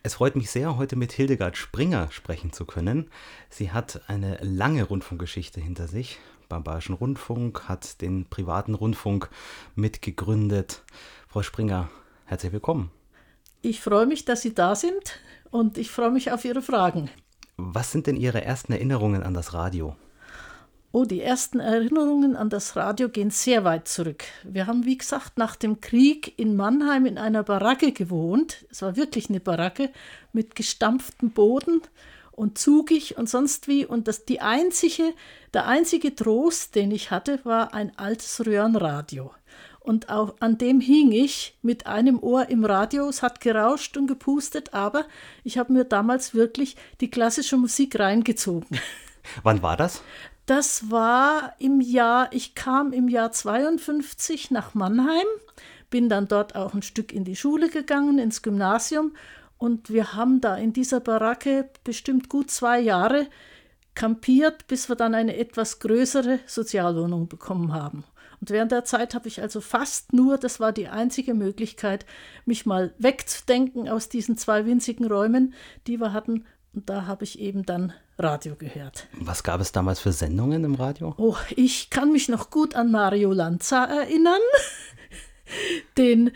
Es freut mich sehr, heute mit Hildegard Springer sprechen zu können. Sie hat eine lange Rundfunkgeschichte hinter sich. Beim Bayerischen Rundfunk, hat den privaten Rundfunk mitgegründet. Frau Springer, herzlich willkommen. Ich freue mich, dass Sie da sind und ich freue mich auf Ihre Fragen. Was sind denn Ihre ersten Erinnerungen an das Radio? Oh, die ersten Erinnerungen an das Radio gehen sehr weit zurück. Wir haben, wie gesagt, nach dem Krieg in Mannheim in einer Baracke gewohnt. Es war wirklich eine Baracke mit gestampftem Boden und zugig und sonst wie. Und der einzige Trost, den ich hatte, war ein altes Röhrenradio. Und auch an dem hing ich mit einem Ohr im Radio. Es hat gerauscht und gepustet, aber ich habe mir damals wirklich die klassische Musik reingezogen. Wann war das? Das war ich kam im Jahr 52 nach Mannheim, bin dann dort auch ein Stück in die Schule gegangen, ins Gymnasium, und wir haben da in dieser Baracke bestimmt gut 2 Jahre kampiert, bis wir dann eine etwas größere Sozialwohnung bekommen haben. Und während der Zeit habe ich also fast nur, das war die einzige Möglichkeit, mich mal wegzudenken aus diesen 2 winzigen Räumen, die wir hatten. Und da habe ich eben dann Radio gehört. Was gab es damals für Sendungen im Radio? Oh, ich kann mich noch gut an Mario Lanza erinnern, den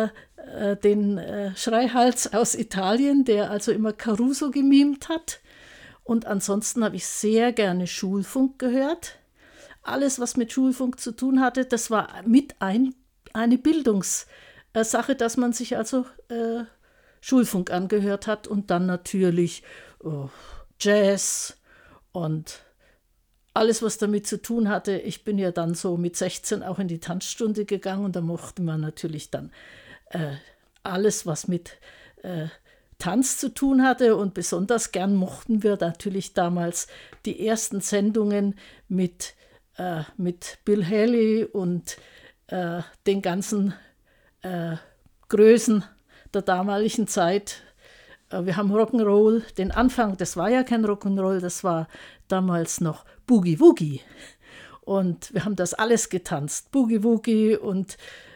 Schreihals aus Italien, der also immer Caruso gemimt hat. Und ansonsten habe ich sehr gerne Schulfunk gehört. Alles, was mit Schulfunk zu tun hatte, das war eine Bildungssache, dass man sich also Schulfunk angehört hat, und dann natürlich Jazz und alles, was damit zu tun hatte. Ich bin ja dann so mit 16 auch in die Tanzstunde gegangen, und da mochte man natürlich dann alles, was mit Tanz zu tun hatte, und besonders gern mochten wir natürlich damals die ersten Sendungen mit Bill Haley und den ganzen Größen der damaligen Zeit. Wir haben Rock'n'Roll, den Anfang, das war ja kein Rock'n'Roll, das war damals noch Boogie Woogie. Und wir haben das alles getanzt, Boogie Woogie und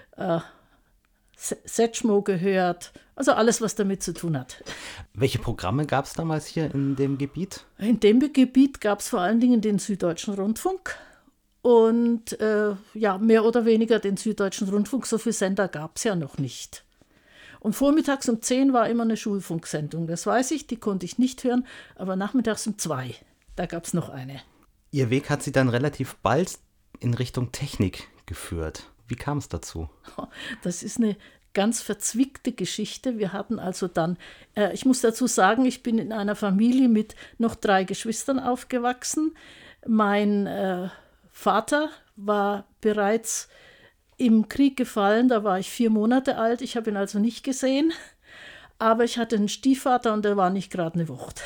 Satchmo gehört, also alles, was damit zu tun hat. Welche Programme gab es damals hier in dem Gebiet? In dem Gebiet gab es vor allen Dingen den Süddeutschen Rundfunk und mehr oder weniger den Süddeutschen Rundfunk. So viele Sender gab es ja noch nicht. Und vormittags um 10 war immer eine Schulfunksendung, das weiß ich, die konnte ich nicht hören, aber nachmittags um 2, da gab es noch eine. Ihr Weg hat Sie dann relativ bald in Richtung Technik geführt. Wie kam es dazu? Das ist eine ganz verzwickte Geschichte. Wir hatten also dann, ich muss dazu sagen, ich bin in einer Familie mit noch 3 Geschwistern aufgewachsen. Mein Vater war bereits im Krieg gefallen, da war ich 4 Monate alt, ich habe ihn also nicht gesehen, aber ich hatte einen Stiefvater und der war nicht gerade eine Wucht.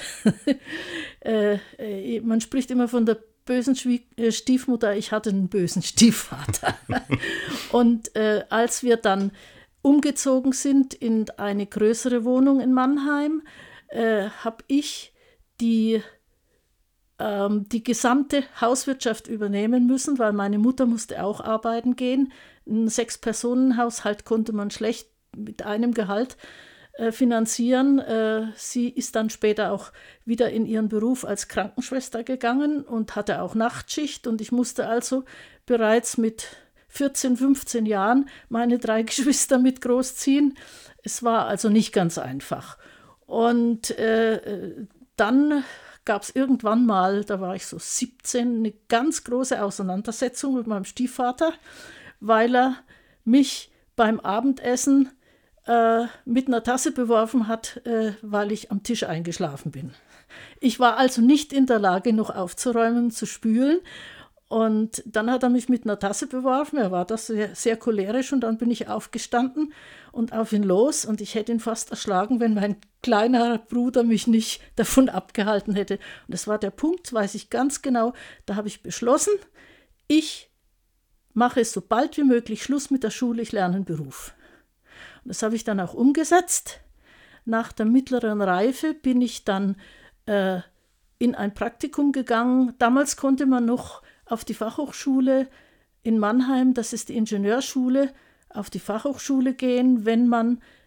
Man spricht immer von der bösen Stiefmutter, ich hatte einen bösen Stiefvater. Und als wir dann umgezogen sind in eine größere Wohnung in Mannheim, habe ich die gesamte Hauswirtschaft übernehmen müssen, weil meine Mutter musste auch arbeiten gehen. Ein 6-Personen-Haushalt konnte man schlecht mit einem Gehalt finanzieren. Sie ist dann später auch wieder in ihren Beruf als Krankenschwester gegangen und hatte auch Nachtschicht. Und ich musste also bereits mit 14, 15 Jahren meine 3 Geschwister mit großziehen. Es war also nicht ganz einfach. Und dann gab es irgendwann mal, da war ich so 17, eine ganz große Auseinandersetzung mit meinem Stiefvater, weil er mich beim Abendessen mit einer Tasse beworfen hat, weil ich am Tisch eingeschlafen bin. Ich war also nicht in der Lage, noch aufzuräumen, zu spülen. Und dann hat er mich mit einer Tasse beworfen. Er war das sehr, sehr cholerisch, und dann bin ich aufgestanden und auf ihn los. Und ich hätte ihn fast erschlagen, wenn mein kleiner Bruder mich nicht davon abgehalten hätte. Und das war der Punkt, weiß ich ganz genau. Da habe ich beschlossen, ich mache es so bald wie möglich Schluss mit der Schule, ich lerne einen Beruf. Und das habe ich dann auch umgesetzt. Nach der mittleren Reife bin ich dann in ein Praktikum gegangen. Damals konnte man noch auf die Fachhochschule in Mannheim, das ist die Ingenieurschule, auf die Fachhochschule gehen, wenn man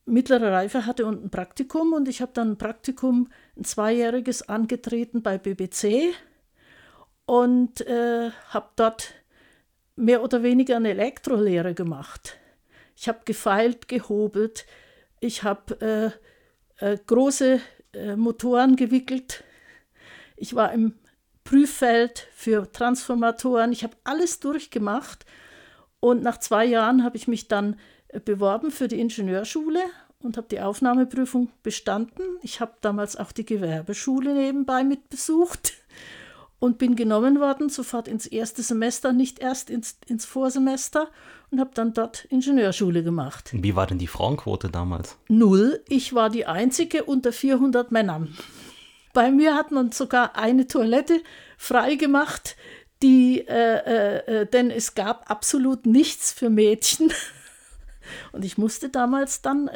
mittlere Reife hatte und ein Praktikum. Und ich habe dann ein Praktikum, ein 2-jähriges, angetreten bei BBC und habe dort mehr oder weniger eine Elektrolehre gemacht. Ich habe gefeilt, gehobelt, ich habe große Motoren gewickelt, ich war im Prüffeld für Transformatoren, ich habe alles durchgemacht und nach 2 Jahren habe ich mich dann beworben für die Ingenieurschule und habe die Aufnahmeprüfung bestanden. Ich habe damals auch die Gewerbeschule nebenbei mitbesucht und bin genommen worden, sofort ins erste Semester, nicht erst ins Vorsemester, und habe dann dort Ingenieurschule gemacht. Wie war denn die Frauenquote damals? 0. Ich war die einzige unter 400 Männern. Bei mir hat man sogar eine Toilette frei gemacht, denn es gab absolut nichts für Mädchen. Und ich musste damals dann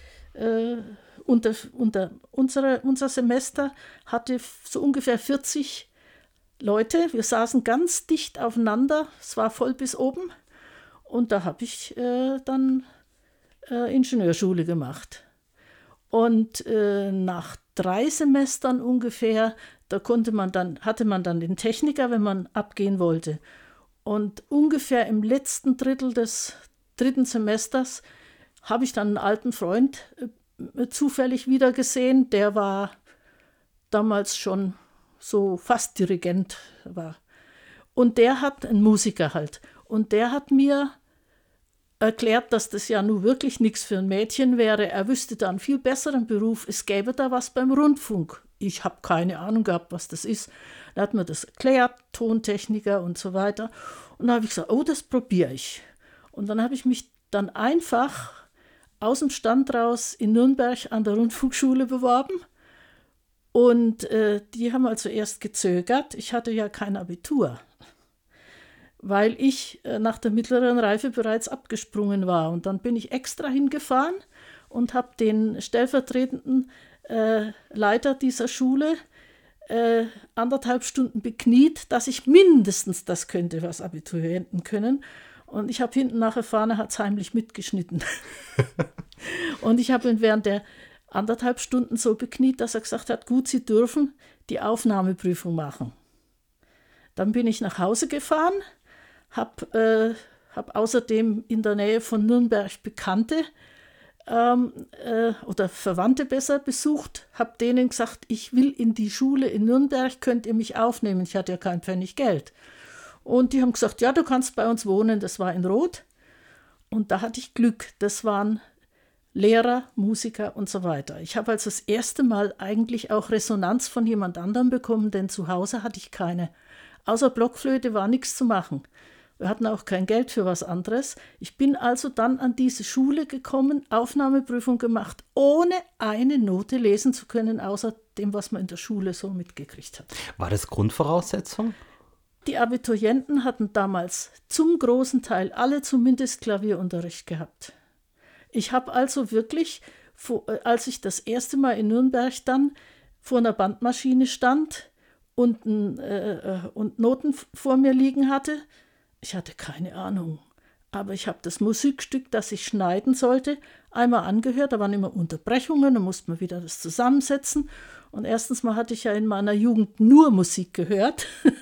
unser Semester hatte so ungefähr 40 Leute. Wir saßen ganz dicht aufeinander. Es war voll bis oben. Und da habe ich dann Ingenieurschule gemacht. Und nach 3 Semestern ungefähr, hatte man dann den Techniker, wenn man abgehen wollte. Und ungefähr im letzten Drittel des 3. Semesters habe ich dann einen alten Freund zufällig wieder gesehen. Der war damals schon so fast Dirigent. Und der hat, ein Musiker halt, und der hat mir erklärt, dass das ja nun wirklich nichts für ein Mädchen wäre. Er wüsste da einen viel besseren Beruf. Es gäbe da was beim Rundfunk. Ich habe keine Ahnung gehabt, was das ist. Er hat mir das erklärt, Tontechniker und so weiter. Und da habe ich gesagt, oh, das probiere ich. Und dann habe ich mich dann einfach aus dem Stand raus in Nürnberg an der Rundfunkschule beworben. Und die haben also erst gezögert. Ich hatte ja kein Abitur, weil ich nach der mittleren Reife bereits abgesprungen war. Und dann bin ich extra hingefahren und habe den stellvertretenden Leiter dieser Schule 1,5 Stunden bekniet, dass ich mindestens das könnte, was Abiturienten können. Und ich habe hinten nach erfahren, er hat es heimlich mitgeschnitten. Und ich habe ihn während der 1,5 Stunden so bekniet, dass er gesagt hat, gut, Sie dürfen die Aufnahmeprüfung machen. Dann bin ich nach Hause gefahren, habe außerdem in der Nähe von Nürnberg Bekannte oder Verwandte besser besucht, habe denen gesagt, ich will in die Schule in Nürnberg, könnt ihr mich aufnehmen? Ich hatte ja kein Pfennig Geld. Und die haben gesagt, ja, du kannst bei uns wohnen. Das war in Roth. Und da hatte ich Glück. Das waren Lehrer, Musiker und so weiter. Ich habe also das erste Mal eigentlich auch Resonanz von jemand anderem bekommen, denn zu Hause hatte ich keine. Außer Blockflöte war nichts zu machen. Wir hatten auch kein Geld für was anderes. Ich bin also dann an diese Schule gekommen, Aufnahmeprüfung gemacht, ohne eine Note lesen zu können, außer dem, was man in der Schule so mitgekriegt hat. War das Grundvoraussetzung? Die Abiturienten hatten damals zum großen Teil alle zumindest Klavierunterricht gehabt. Ich habe also wirklich, als ich das erste Mal in Nürnberg dann vor einer Bandmaschine stand und Noten vor mir liegen hatte, ich hatte keine Ahnung, aber ich habe das Musikstück, das ich schneiden sollte, einmal angehört. Da waren immer Unterbrechungen, da musste man wieder das zusammensetzen. Und erstens mal hatte ich ja in meiner Jugend nur Musik gehört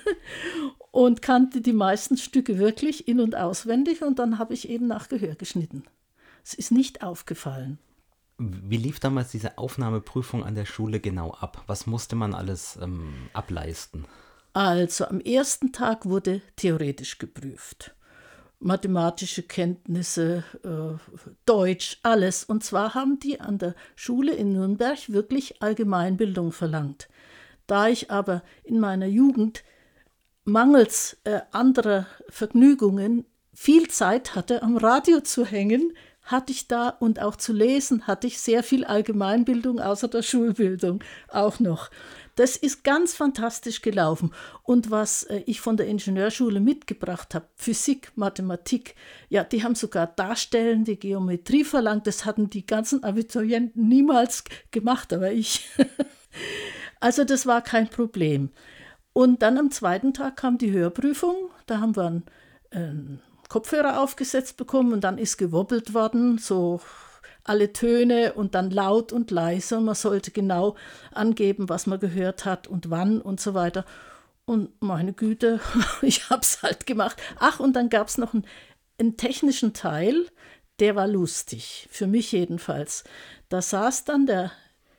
und kannte die meisten Stücke wirklich in- und auswendig. Und dann habe ich eben nach Gehör geschnitten. Es ist nicht aufgefallen. Wie lief damals diese Aufnahmeprüfung an der Schule genau ab? Was musste man alles ableisten? Also am ersten Tag wurde theoretisch geprüft. Mathematische Kenntnisse, Deutsch, alles. Und zwar haben die an der Schule in Nürnberg wirklich Allgemeinbildung verlangt. Da ich aber in meiner Jugend mangels anderer Vergnügungen viel Zeit hatte, am Radio zu hängen, hatte ich da und auch zu lesen, hatte ich sehr viel Allgemeinbildung außer der Schulbildung auch noch. Das ist ganz fantastisch gelaufen. Und was ich von der Ingenieurschule mitgebracht habe, Physik, Mathematik, ja, die haben sogar darstellende Geometrie verlangt. Das hatten die ganzen Abiturienten niemals gemacht, aber ich. Also das war kein Problem. Und dann am zweiten Tag kam die Hörprüfung. Da haben wir einen Kopfhörer aufgesetzt bekommen und dann ist gewobbelt worden, so alle Töne und dann laut und leise und man sollte genau angeben, was man gehört hat und wann und so weiter. Und meine Güte, ich habe es halt gemacht. Ach, und dann gab es noch einen technischen Teil, der war lustig, für mich jedenfalls. Da saß dann der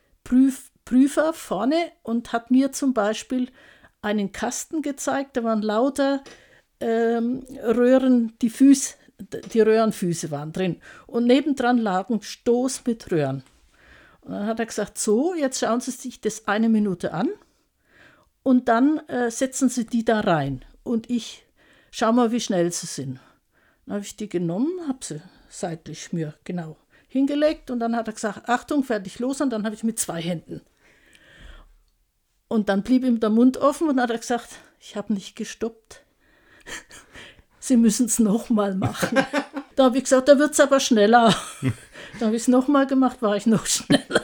Prüfer vorne und hat mir zum Beispiel einen Kasten gezeigt, da waren lauter Röhren, die Röhrenfüße waren drin. Und nebendran lag ein Stoß mit Röhren. Und dann hat er gesagt, so, jetzt schauen Sie sich das 1 Minute an und dann setzen Sie die da rein. Und ich schau mal, wie schnell sie sind. Dann habe ich die genommen, habe sie seitlich mir genau hingelegt und dann hat er gesagt, Achtung, fertig, los. Und dann habe ich mit 2 Händen. Und dann blieb ihm der Mund offen und dann hat er gesagt, ich habe nicht gestoppt. Sie müssen es nochmal machen. Da habe ich gesagt, da wird es aber schneller. Da habe ich es nochmal gemacht, war ich noch schneller.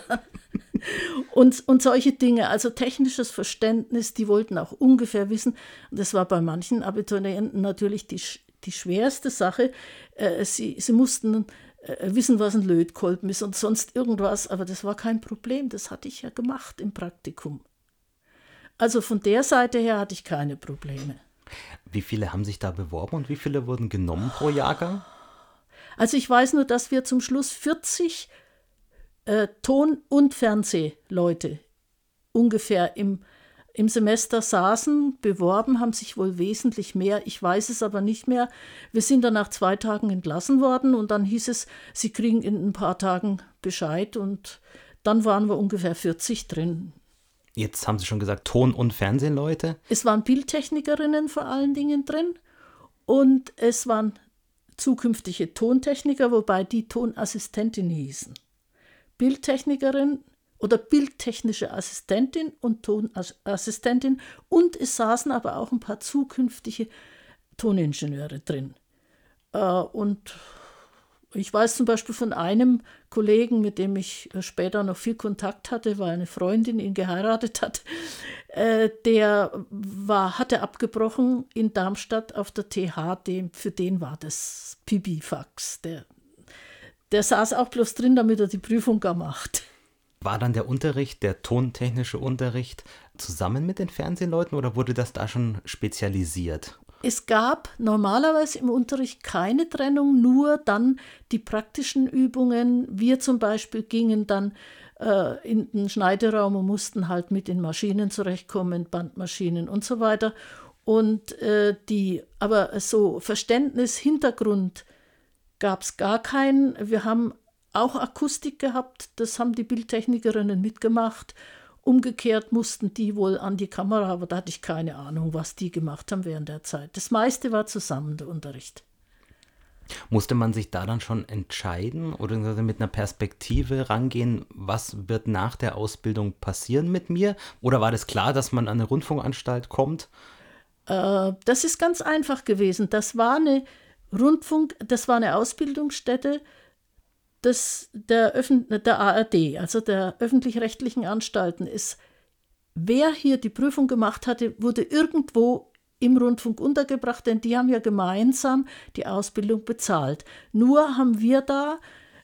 Und solche Dinge, also technisches Verständnis, die wollten auch ungefähr wissen. Und das war bei manchen Abiturienten natürlich die schwerste Sache. Sie mussten wissen, was ein Lötkolben ist und sonst irgendwas, aber das war kein Problem. Das hatte ich ja gemacht im Praktikum. Also von der Seite her hatte ich keine Probleme. Wie viele haben sich da beworben und wie viele wurden genommen pro Jahrgang? Also ich weiß nur, dass wir zum Schluss 40 Ton- und Fernsehleute ungefähr im Semester saßen, beworben, haben sich wohl wesentlich mehr. Ich weiß es aber nicht mehr. Wir sind dann nach 2 Tagen entlassen worden und dann hieß es, sie kriegen in ein paar Tagen Bescheid und dann waren wir ungefähr 40 drin. Jetzt haben Sie schon gesagt, Ton- und Fernsehleute. Es waren Bildtechnikerinnen vor allen Dingen drin und es waren zukünftige Tontechniker, wobei die Tonassistentin hießen. Bildtechnikerin oder bildtechnische Assistentin und Tonassistentin und es saßen aber auch ein paar zukünftige Toningenieure drin. Und ich weiß zum Beispiel von einem Kollegen, mit dem ich später noch viel Kontakt hatte, weil eine Freundin ihn geheiratet hat, der hatte abgebrochen in Darmstadt auf der TH, für den war das Pipifax. Der saß auch bloß drin, damit er die Prüfung gemacht. War dann der Unterricht, der tontechnische Unterricht, zusammen mit den Fernsehleuten oder wurde das da schon spezialisiert? Es gab normalerweise im Unterricht keine Trennung, nur dann die praktischen Übungen. Wir zum Beispiel gingen dann in den Schneideraum und mussten halt mit den Maschinen zurechtkommen, Bandmaschinen und so weiter. Und aber so Verständnis, Hintergrund gab es gar keinen. Wir haben auch Akustik gehabt, das haben die Bildtechnikerinnen mitgemacht. Umgekehrt mussten die wohl an die Kamera, aber da hatte ich keine Ahnung, was die gemacht haben während der Zeit. Das meiste war zusammen, der Unterricht. Musste man sich da dann schon entscheiden oder mit einer Perspektive rangehen, was wird nach der Ausbildung passieren mit mir? Oder war das klar, dass man an eine Rundfunkanstalt kommt? Das ist ganz einfach gewesen. Das war eine Ausbildungsstätte der ARD, also der öffentlich-rechtlichen Anstalten. Wer hier die Prüfung gemacht hatte, wurde irgendwo im Rundfunk untergebracht, denn die haben ja gemeinsam die Ausbildung bezahlt. Nur haben wir da,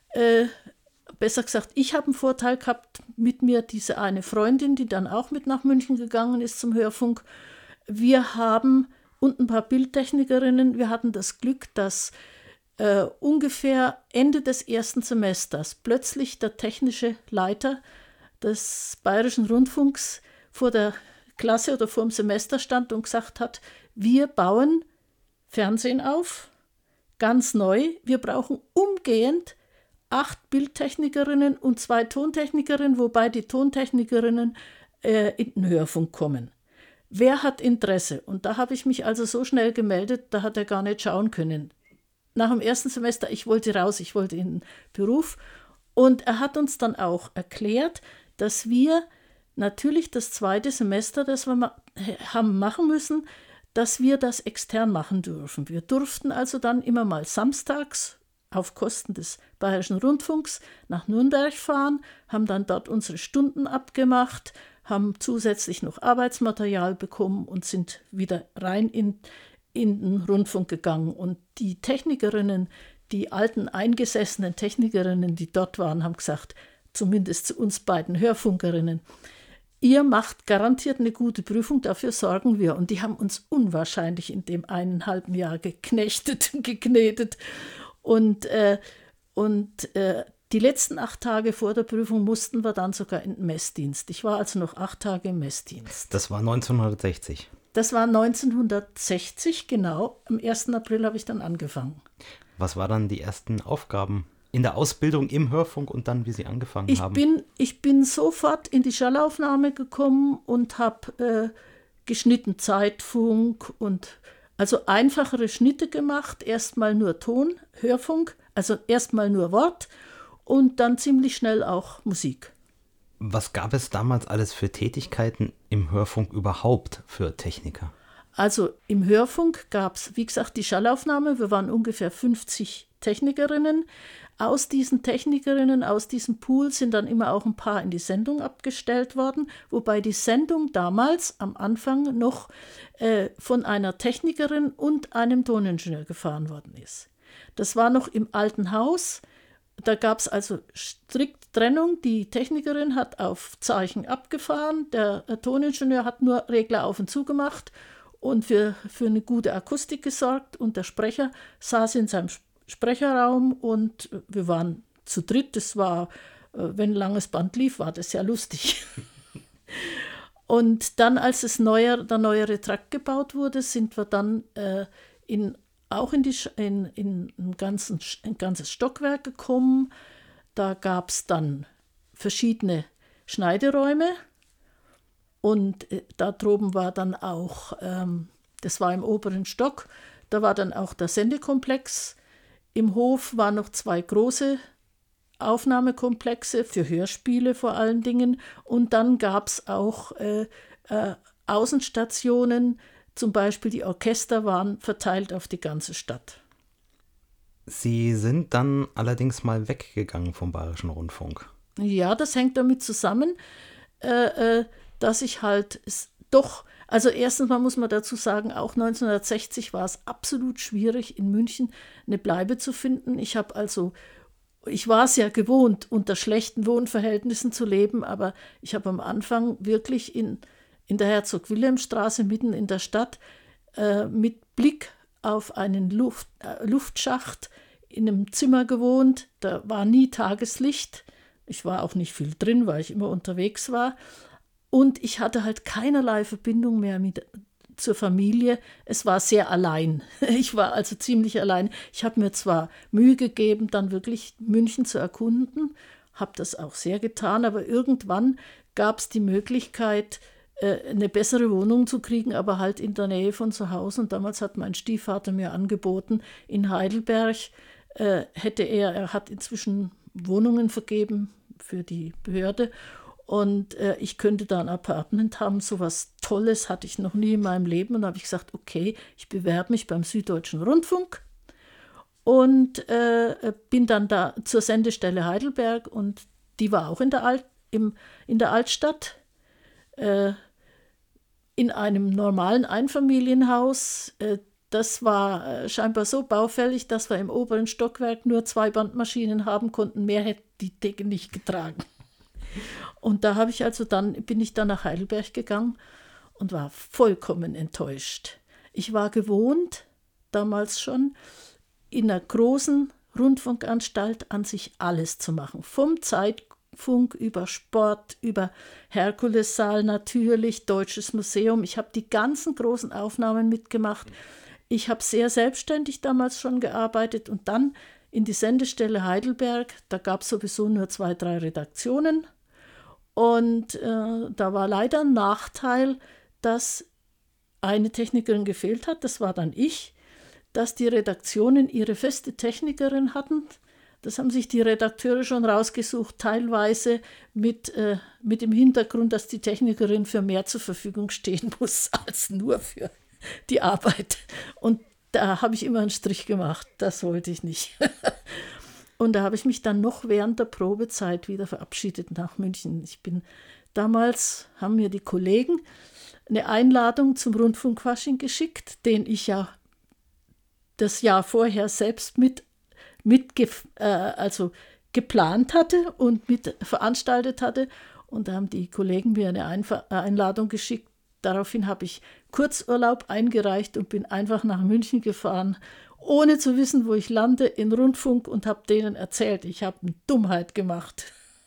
besser gesagt, ich habe einen Vorteil gehabt, mit mir diese eine Freundin, die dann auch mit nach München gegangen ist zum Hörfunk. Wir haben und ein paar Bildtechnikerinnen, wir hatten das Glück, dass ungefähr Ende des 1. Semesters plötzlich der technische Leiter des Bayerischen Rundfunks vor der Klasse oder vor dem Semester stand und gesagt hat, wir bauen Fernsehen auf, ganz neu, wir brauchen umgehend 8 Bildtechnikerinnen und 2 Tontechnikerinnen, wobei die Tontechnikerinnen in den Hörfunk kommen. Wer hat Interesse? Und da habe ich mich also so schnell gemeldet, da hat er gar nicht schauen können. Nach dem 1. Semester, ich wollte raus, ich wollte in den Beruf. Und er hat uns dann auch erklärt, dass wir natürlich das 2. Semester, das wir haben machen müssen, dass wir das extern machen dürfen. Wir durften also dann immer mal samstags auf Kosten des Bayerischen Rundfunks nach Nürnberg fahren, haben dann dort unsere Stunden abgemacht, haben zusätzlich noch Arbeitsmaterial bekommen und sind wieder rein in den Rundfunk gegangen. Und die Technikerinnen, die alten eingesessenen Technikerinnen, die dort waren, haben gesagt, zumindest zu uns beiden Hörfunkerinnen, ihr macht garantiert eine gute Prüfung, dafür sorgen wir. Und die haben uns unwahrscheinlich in dem 1,5 Jahr geknechtet, geknetet. Und die letzten 8 Tage vor der Prüfung mussten wir dann sogar in den Messdienst. Ich war also noch 8 Tage im Messdienst. Das war 1960. Das war 1960, genau. Am 1. April habe ich dann angefangen. Was waren dann die ersten Aufgaben in der Ausbildung im Hörfunk und dann, wie Sie angefangen haben? Ich bin sofort in die Schallaufnahme gekommen und habe geschnitten Zeitfunk und also einfachere Schnitte gemacht. Erstmal nur Ton, Hörfunk, also erstmal nur Wort und dann ziemlich schnell auch Musik. Was gab es damals alles für Tätigkeiten im Hörfunk überhaupt für Techniker? Also im Hörfunk gab es, wie gesagt, die Schallaufnahme. Wir waren ungefähr 50 Technikerinnen. Aus diesen Technikerinnen, aus diesem Pool sind dann immer auch ein paar in die Sendung abgestellt worden, wobei die Sendung damals am Anfang noch von einer Technikerin und einem Toningenieur gefahren worden ist. Das war noch im alten Haus. Da gab es also strikt Trennung. Die Technikerin hat auf Zeichen abgefahren, der Toningenieur hat nur Regler auf und zu gemacht und für eine gute Akustik gesorgt und der Sprecher saß in seinem Sprecherraum und wir waren zu dritt. Das war, wenn ein langes Band lief, war das sehr lustig. Und dann, als der neuere Trakt gebaut wurde, sind wir dann in ein ganzes Stockwerk gekommen. Da gab es dann verschiedene Schneideräume und da droben war dann auch, das war im oberen Stock, da war dann auch der Sendekomplex. Im Hof waren noch 2 große Aufnahmekomplexe für Hörspiele vor allen Dingen und dann gab es auch Außenstationen. Zum Beispiel die Orchester waren verteilt auf die ganze Stadt. Sie sind dann allerdings mal weggegangen vom Bayerischen Rundfunk. Ja, das hängt damit zusammen, dass ich halt doch, also erstens mal muss man dazu sagen, auch 1960 war es absolut schwierig, in München eine Bleibe zu finden. Ich war es ja gewohnt, unter schlechten Wohnverhältnissen zu leben, aber ich habe am Anfang wirklich in der Herzog-Wilhelm-Straße mitten in der Stadt mit Blick auf einen Luftschacht in einem Zimmer gewohnt. Da war nie Tageslicht. Ich war auch nicht viel drin, weil ich immer unterwegs war. Und ich hatte halt keinerlei Verbindung mehr zur Familie. Es war sehr allein. Ich war also ziemlich allein. Ich habe mir zwar Mühe gegeben, dann wirklich München zu erkunden, habe das auch sehr getan, aber irgendwann gab es die Möglichkeit, eine bessere Wohnung zu kriegen, aber halt in der Nähe von zu Hause. Und damals hat mein Stiefvater mir angeboten, in Heidelberg er hat inzwischen Wohnungen vergeben für die Behörde und ich könnte da ein Apartment haben. So was Tolles hatte ich noch nie in meinem Leben. Und da habe ich gesagt, okay, ich bewerbe mich beim Süddeutschen Rundfunk und bin dann da zur Sendestelle Heidelberg und die war auch in der Altstadt. In einem normalen Einfamilienhaus. Das war scheinbar so baufällig, dass wir im oberen Stockwerk nur 2 Bandmaschinen haben konnten. Mehr hätte die Decke nicht getragen. Und da bin ich dann nach Heidelberg gegangen und war vollkommen enttäuscht. Ich war gewohnt, damals schon, in einer großen Rundfunkanstalt an sich alles zu machen. Vom Zeitfunk über Sport, über Herkulessaal natürlich, Deutsches Museum. Ich habe die ganzen großen Aufnahmen mitgemacht. Ich habe sehr selbstständig damals schon gearbeitet und dann in die Sendestelle Heidelberg. Da gab es sowieso nur 2, 3 Redaktionen. Und da war leider ein Nachteil, dass eine Technikerin gefehlt hat. Das war dann ich, dass die Redaktionen ihre feste Technikerin hatten. Das haben sich die Redakteure schon rausgesucht, teilweise mit dem Hintergrund, dass die Technikerin für mehr zur Verfügung stehen muss, als nur für die Arbeit. Und da habe ich immer einen Strich gemacht, das wollte ich nicht. Und da habe ich mich dann noch während der Probezeit wieder verabschiedet nach München. Damals haben mir die Kollegen eine Einladung zum Rundfunkfasching geschickt, den ich ja das Jahr vorher selbst mit geplant hatte und mit veranstaltet hatte. Und da haben die Kollegen mir eine Einladung geschickt. Daraufhin habe ich Kurzurlaub eingereicht und bin einfach nach München gefahren, ohne zu wissen, wo ich lande, in Rundfunk und habe denen erzählt, ich habe eine Dummheit gemacht.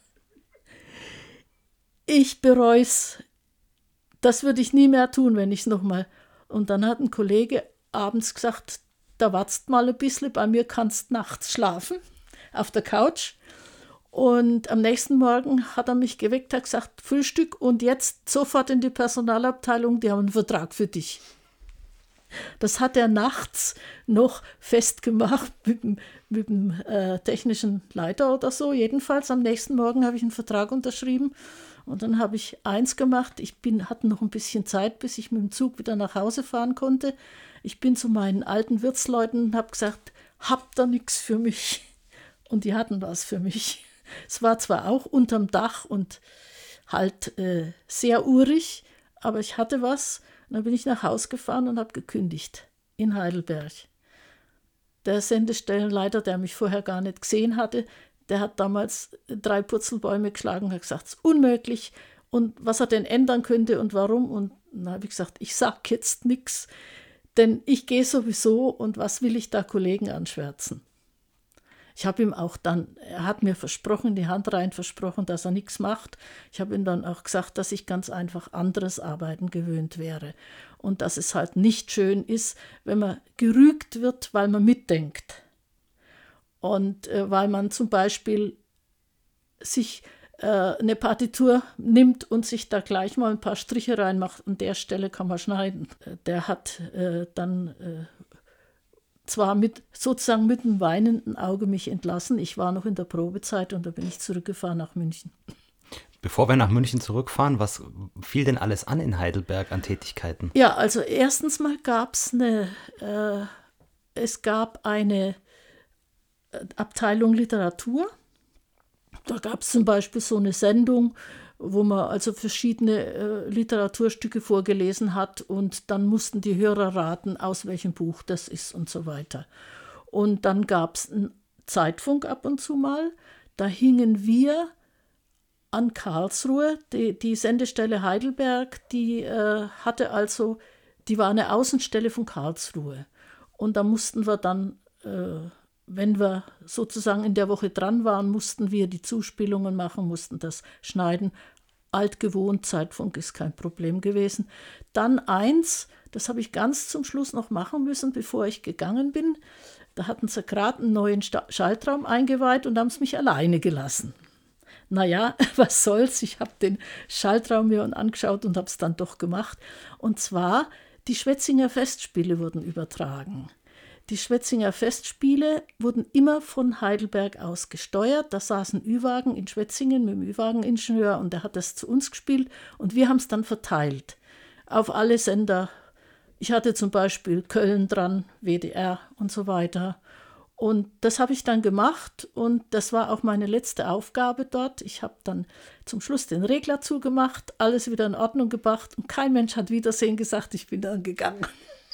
Ich bereue es. Das würde ich nie mehr tun, wenn ich es nochmal. Und dann hat ein Kollege abends gesagt, da wartest mal ein bisschen, bei mir kannst nachts schlafen, auf der Couch. Und am nächsten Morgen hat er mich geweckt, hat gesagt, Frühstück und jetzt sofort in die Personalabteilung, die haben einen Vertrag für dich. Das hat er nachts noch festgemacht mit dem technischen Leiter oder so. Jedenfalls am nächsten Morgen habe ich einen Vertrag unterschrieben und dann habe ich eins gemacht. Hatte noch ein bisschen Zeit, bis ich mit dem Zug wieder nach Hause fahren konnte. Ich bin zu meinen alten Wirtsleuten und habe gesagt, habt ihr nichts für mich? Und die hatten was für mich. Es war zwar auch unterm Dach und halt sehr urig, aber ich hatte was. Und dann bin ich nach Hause gefahren und habe gekündigt in Heidelberg. Der Sendestellenleiter, der mich vorher gar nicht gesehen hatte, der hat damals 3 Purzelbäume geschlagen und hat gesagt, es ist unmöglich und was er denn ändern könnte und warum. Und dann habe ich gesagt, ich sage jetzt nichts, denn ich gehe sowieso und was will ich da Kollegen anschwärzen? Ich habe ihm auch dann, er hat mir versprochen, die Hand rein versprochen, dass er nichts macht. Ich habe ihm dann auch gesagt, dass ich ganz einfach anderes Arbeiten gewöhnt wäre und dass es halt nicht schön ist, wenn man gerügt wird, weil man mitdenkt. Und weil man zum Beispiel sich eine Partitur nimmt und sich da gleich mal ein paar Striche reinmacht, an der Stelle kann man schneiden. Der hat dann zwar sozusagen mit einem weinenden Auge mich entlassen. Ich war noch in der Probezeit und da bin ich zurückgefahren nach München. Bevor wir nach München zurückfahren, was fiel denn alles an in Heidelberg an Tätigkeiten? Ja, also erstens mal gab es eine Abteilung Literatur. Da gab es zum Beispiel so eine Sendung, wo man also verschiedene Literaturstücke vorgelesen hat und dann mussten die Hörer raten, aus welchem Buch das ist und so weiter. Und dann gab es einen Zeitfunk ab und zu mal, da hingen wir an Karlsruhe, die Sendestelle Heidelberg, die war eine Außenstelle von Karlsruhe. Und da mussten wir dann, wenn wir sozusagen in der Woche dran waren, mussten wir die Zuspielungen machen, mussten das schneiden. Altgewohnt, Zeitfunk ist kein Problem gewesen. Dann eins, das habe ich ganz zum Schluss noch machen müssen, bevor ich gegangen bin. Da hatten sie gerade einen neuen Schaltraum eingeweiht und haben es mich alleine gelassen. Naja, was soll's, ich habe den Schaltraum mir angeschaut und habe es dann doch gemacht. Und zwar, die Schwetzinger Festspiele wurden übertragen. Die Schwetzinger Festspiele wurden immer von Heidelberg aus gesteuert. Da saß ein Ü-Wagen in Schwetzingen mit dem Ü-Wagen-Ingenieur und der hat das zu uns gespielt und wir haben es dann verteilt auf alle Sender. Ich hatte zum Beispiel Köln dran, WDR und so weiter. Und das habe ich dann gemacht und das war auch meine letzte Aufgabe dort. Ich habe dann zum Schluss den Regler zugemacht, alles wieder in Ordnung gebracht und kein Mensch hat Wiedersehen gesagt, ich bin dann gegangen.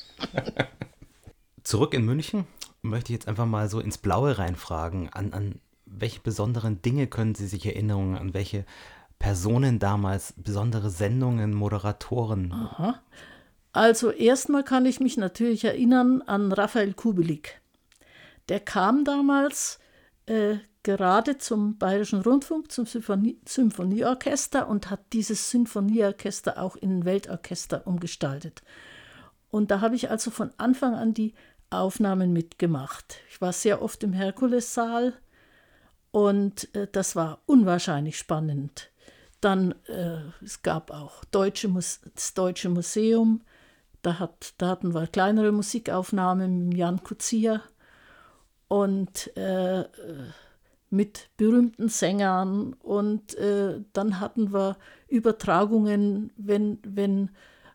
Zurück in München möchte ich jetzt einfach mal so ins Blaue reinfragen. An welche besonderen Dinge können Sie sich erinnern? An welche Personen damals, besondere Sendungen, Moderatoren? Aha. Also erstmal kann ich mich natürlich erinnern an Raphael Kubelik. Der kam damals gerade zum Bayerischen Rundfunk, zum Symphonieorchester und hat dieses Symphonieorchester auch in ein Weltorchester umgestaltet. Und da habe ich also von Anfang an die Aufnahmen mitgemacht. Ich war sehr oft im Herkulessaal und das war unwahrscheinlich spannend. Dann, es gab auch das Deutsche Museum, da hatten wir kleinere Musikaufnahmen mit Jan Kuzia und mit berühmten Sängern und dann hatten wir Übertragungen, wenn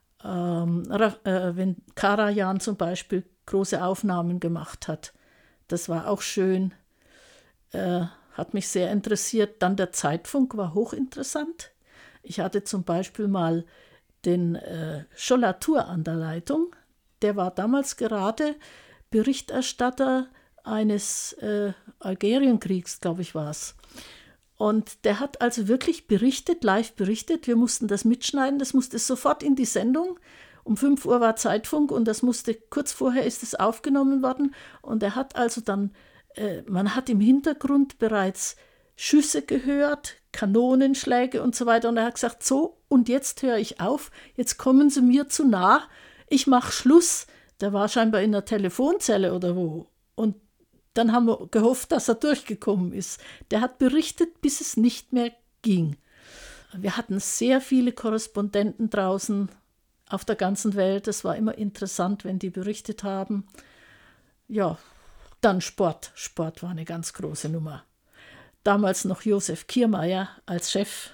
Karajan zum Beispiel große Aufnahmen gemacht hat. Das war auch schön, hat mich sehr interessiert. Dann der Zeitfunk war hochinteressant. Ich hatte zum Beispiel mal den Schollatur an der Leitung. Der war damals gerade Berichterstatter eines Algerienkriegs, glaube ich, war es. Und der hat also wirklich berichtet, live berichtet. Wir mussten das mitschneiden, das musste sofort in die Sendung. Um 5 Uhr war Zeitfunk und das musste, kurz vorher ist es aufgenommen worden. Und er hat also dann, man hat im Hintergrund bereits Schüsse gehört, Kanonenschläge und so weiter. Und er hat gesagt, so, und jetzt höre ich auf, jetzt kommen Sie mir zu nah, ich mache Schluss. Der war scheinbar in der Telefonzelle oder wo. Und dann haben wir gehofft, dass er durchgekommen ist. Der hat berichtet, bis es nicht mehr ging. Wir hatten sehr viele Korrespondenten draußen auf der ganzen Welt. Es war immer interessant, wenn die berichtet haben. Ja, dann Sport. Sport war eine ganz große Nummer. Damals noch Josef Kiermaier als Chef.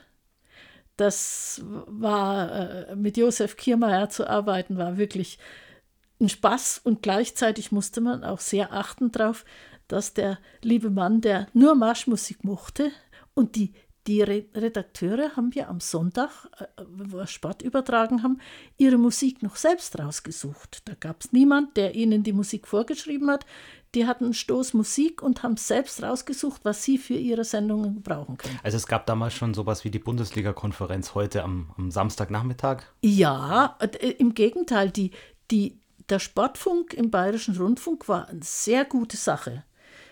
Das war, mit Josef Kiermaier zu arbeiten, war wirklich ein Spaß und gleichzeitig musste man auch sehr achten darauf, dass der liebe Mann, der nur Marschmusik mochte, und die Redakteure haben ja am Sonntag, wo wir Sport übertragen haben, ihre Musik noch selbst rausgesucht. Da gab es niemand, der ihnen die Musik vorgeschrieben hat. Die hatten einen Stoß Musik und haben selbst rausgesucht, was sie für ihre Sendungen brauchen können. Also es gab damals schon sowas wie die Bundesliga-Konferenz heute am Samstagnachmittag? Ja, im Gegenteil, der Sportfunk im Bayerischen Rundfunk war eine sehr gute Sache.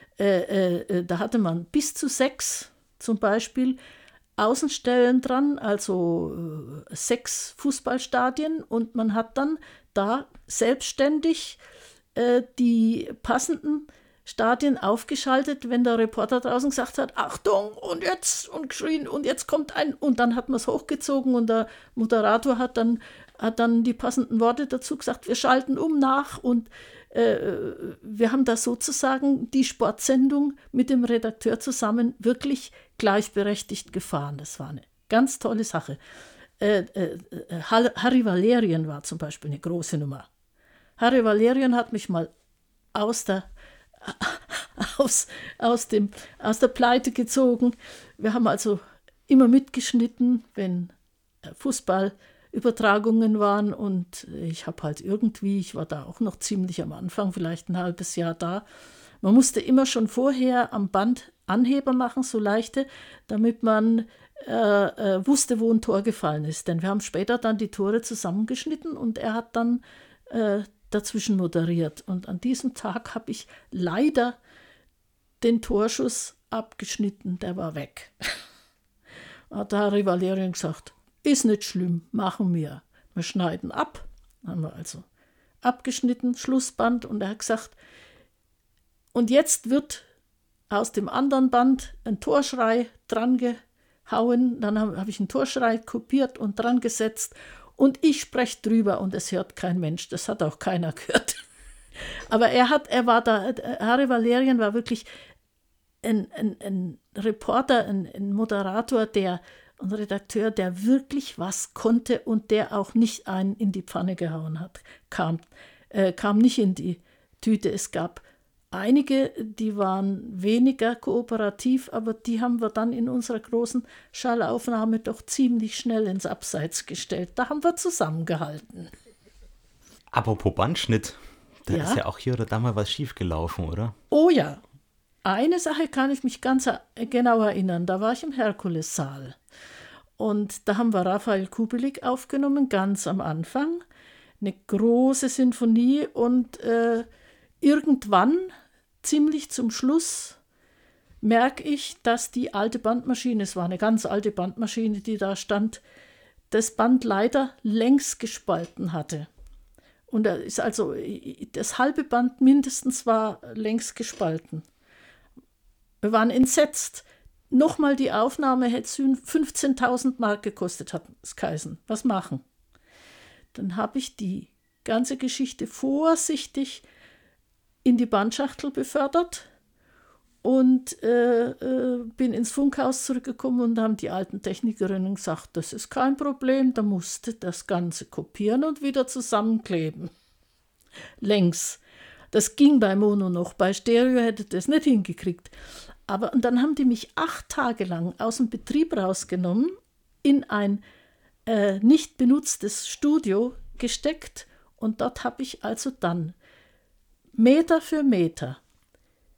Da hatte man bis zu 6 zum Beispiel Außenstellen dran, also 6 Fußballstadien, und man hat dann da selbstständig die passenden Stadien aufgeschaltet, wenn der Reporter draußen gesagt hat, Achtung, und jetzt, und geschrien, und jetzt kommt ein, und dann hat man es hochgezogen und der Moderator hat dann die passenden Worte dazu gesagt, wir schalten nach, und wir haben da sozusagen die Sportsendung mit dem Redakteur zusammen wirklich gleichberechtigt gefahren. Das war eine ganz tolle Sache. Harry Valerian war zum Beispiel eine große Nummer. Harry Valerian hat mich mal aus der Pleite gezogen. Wir haben also immer mitgeschnitten, wenn Fußballübertragungen waren, und ich habe halt irgendwie, ich war da auch noch ziemlich am Anfang, vielleicht ein halbes Jahr da. Man musste immer schon vorher am Band Anheber machen, so leichte, damit man wusste, wo ein Tor gefallen ist. Denn wir haben später dann die Tore zusammengeschnitten und er hat dann dazwischen moderiert. Und an diesem Tag habe ich leider den Torschuss abgeschnitten, der war weg. Hat Harry Valerian gesagt, ist nicht schlimm, machen wir. Wir schneiden ab. Haben wir also abgeschnitten, Schlussband, und er hat gesagt, und jetzt wird aus dem anderen Band ein Torschrei dran gehauen. Dann habe ich einen Torschrei kopiert und dran gesetzt. Und ich spreche drüber und es hört kein Mensch. Das hat auch keiner gehört. Aber Harry Valerian war wirklich ein Reporter, ein Moderator, ein Redakteur, der wirklich was konnte und der auch nicht einen in die Pfanne gehauen hat. Kam nicht in die Tüte. Es gab einige, die waren weniger kooperativ, aber die haben wir dann in unserer großen Schallaufnahme doch ziemlich schnell ins Abseits gestellt. Da haben wir zusammengehalten. Apropos Bandschnitt, da ist ja auch hier oder da mal was schiefgelaufen, oder? Oh ja, eine Sache kann ich mich ganz genau erinnern. Da war ich im Herkulessaal und da haben wir Raphael Kubelik aufgenommen, ganz am Anfang. Eine große Sinfonie, und irgendwann, ziemlich zum Schluss, merke ich, dass die alte Bandmaschine, es war eine ganz alte Bandmaschine, die da stand, das Band leider längs gespalten hatte. Und da ist also das halbe Band mindestens war längs gespalten. Wir waren entsetzt. Nochmal die Aufnahme hätte 15.000 Mark gekostet, hat es geheißen. Was machen? Dann habe ich die ganze Geschichte vorsichtig in die Bandschachtel befördert und bin ins Funkhaus zurückgekommen, und haben die alten Technikerinnen gesagt, das ist kein Problem, da musste das Ganze kopieren und wieder zusammenkleben. Längs. Das ging bei Mono noch, bei Stereo hätte das nicht hingekriegt. Und dann haben die mich 8 Tage lang aus dem Betrieb rausgenommen, in ein nicht benutztes Studio gesteckt, und dort habe ich also dann Meter für Meter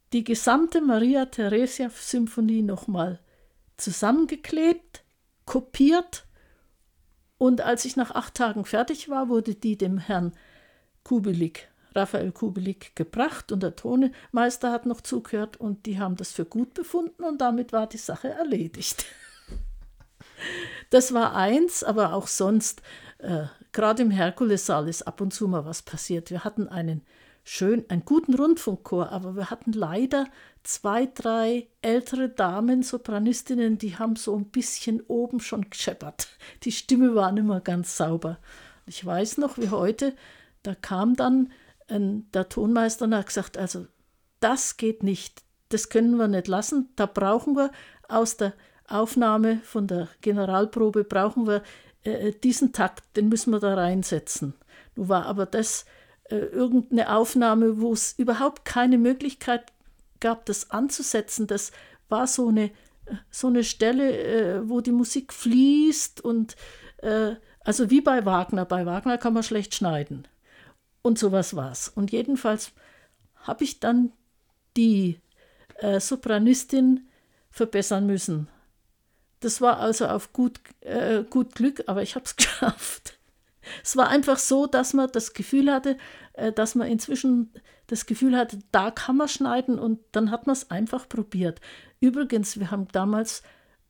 die gesamte Maria-Theresia-Symphonie nochmal zusammengeklebt, kopiert, und als ich nach 8 Tagen fertig war, wurde die dem Herrn Kubelik, Raphael Kubelik, gebracht und der Tonmeister hat noch zugehört und die haben das für gut befunden und damit war die Sache erledigt. Das war eins, aber auch sonst, gerade im Herkulessaal ist ab und zu mal was passiert. Wir hatten einen guten Rundfunkchor, aber wir hatten leider 2, 3 ältere Damen, Sopranistinnen, die haben so ein bisschen oben schon gescheppert. Die Stimme war nicht mehr ganz sauber. Ich weiß noch, wie heute, da kam dann der Tonmeister und hat gesagt, also das geht nicht, das können wir nicht lassen, da brauchen wir aus der Aufnahme von der Generalprobe, brauchen wir diesen Takt, den müssen wir da reinsetzen. Nun war aber das irgendeine Aufnahme, wo es überhaupt keine Möglichkeit gab, das anzusetzen. Das war so eine Stelle, wo die Musik fließt und also wie bei Wagner. Bei Wagner kann man schlecht schneiden. Und sowas war's. Und jedenfalls habe ich dann die Sopranistin verbessern müssen. Das war also auf gut Glück, aber ich habe es geschafft. Es war einfach so, dass man das Gefühl hatte, dass man inzwischen das Gefühl hatte, da kann man schneiden und dann hat man es einfach probiert. Übrigens, wir haben damals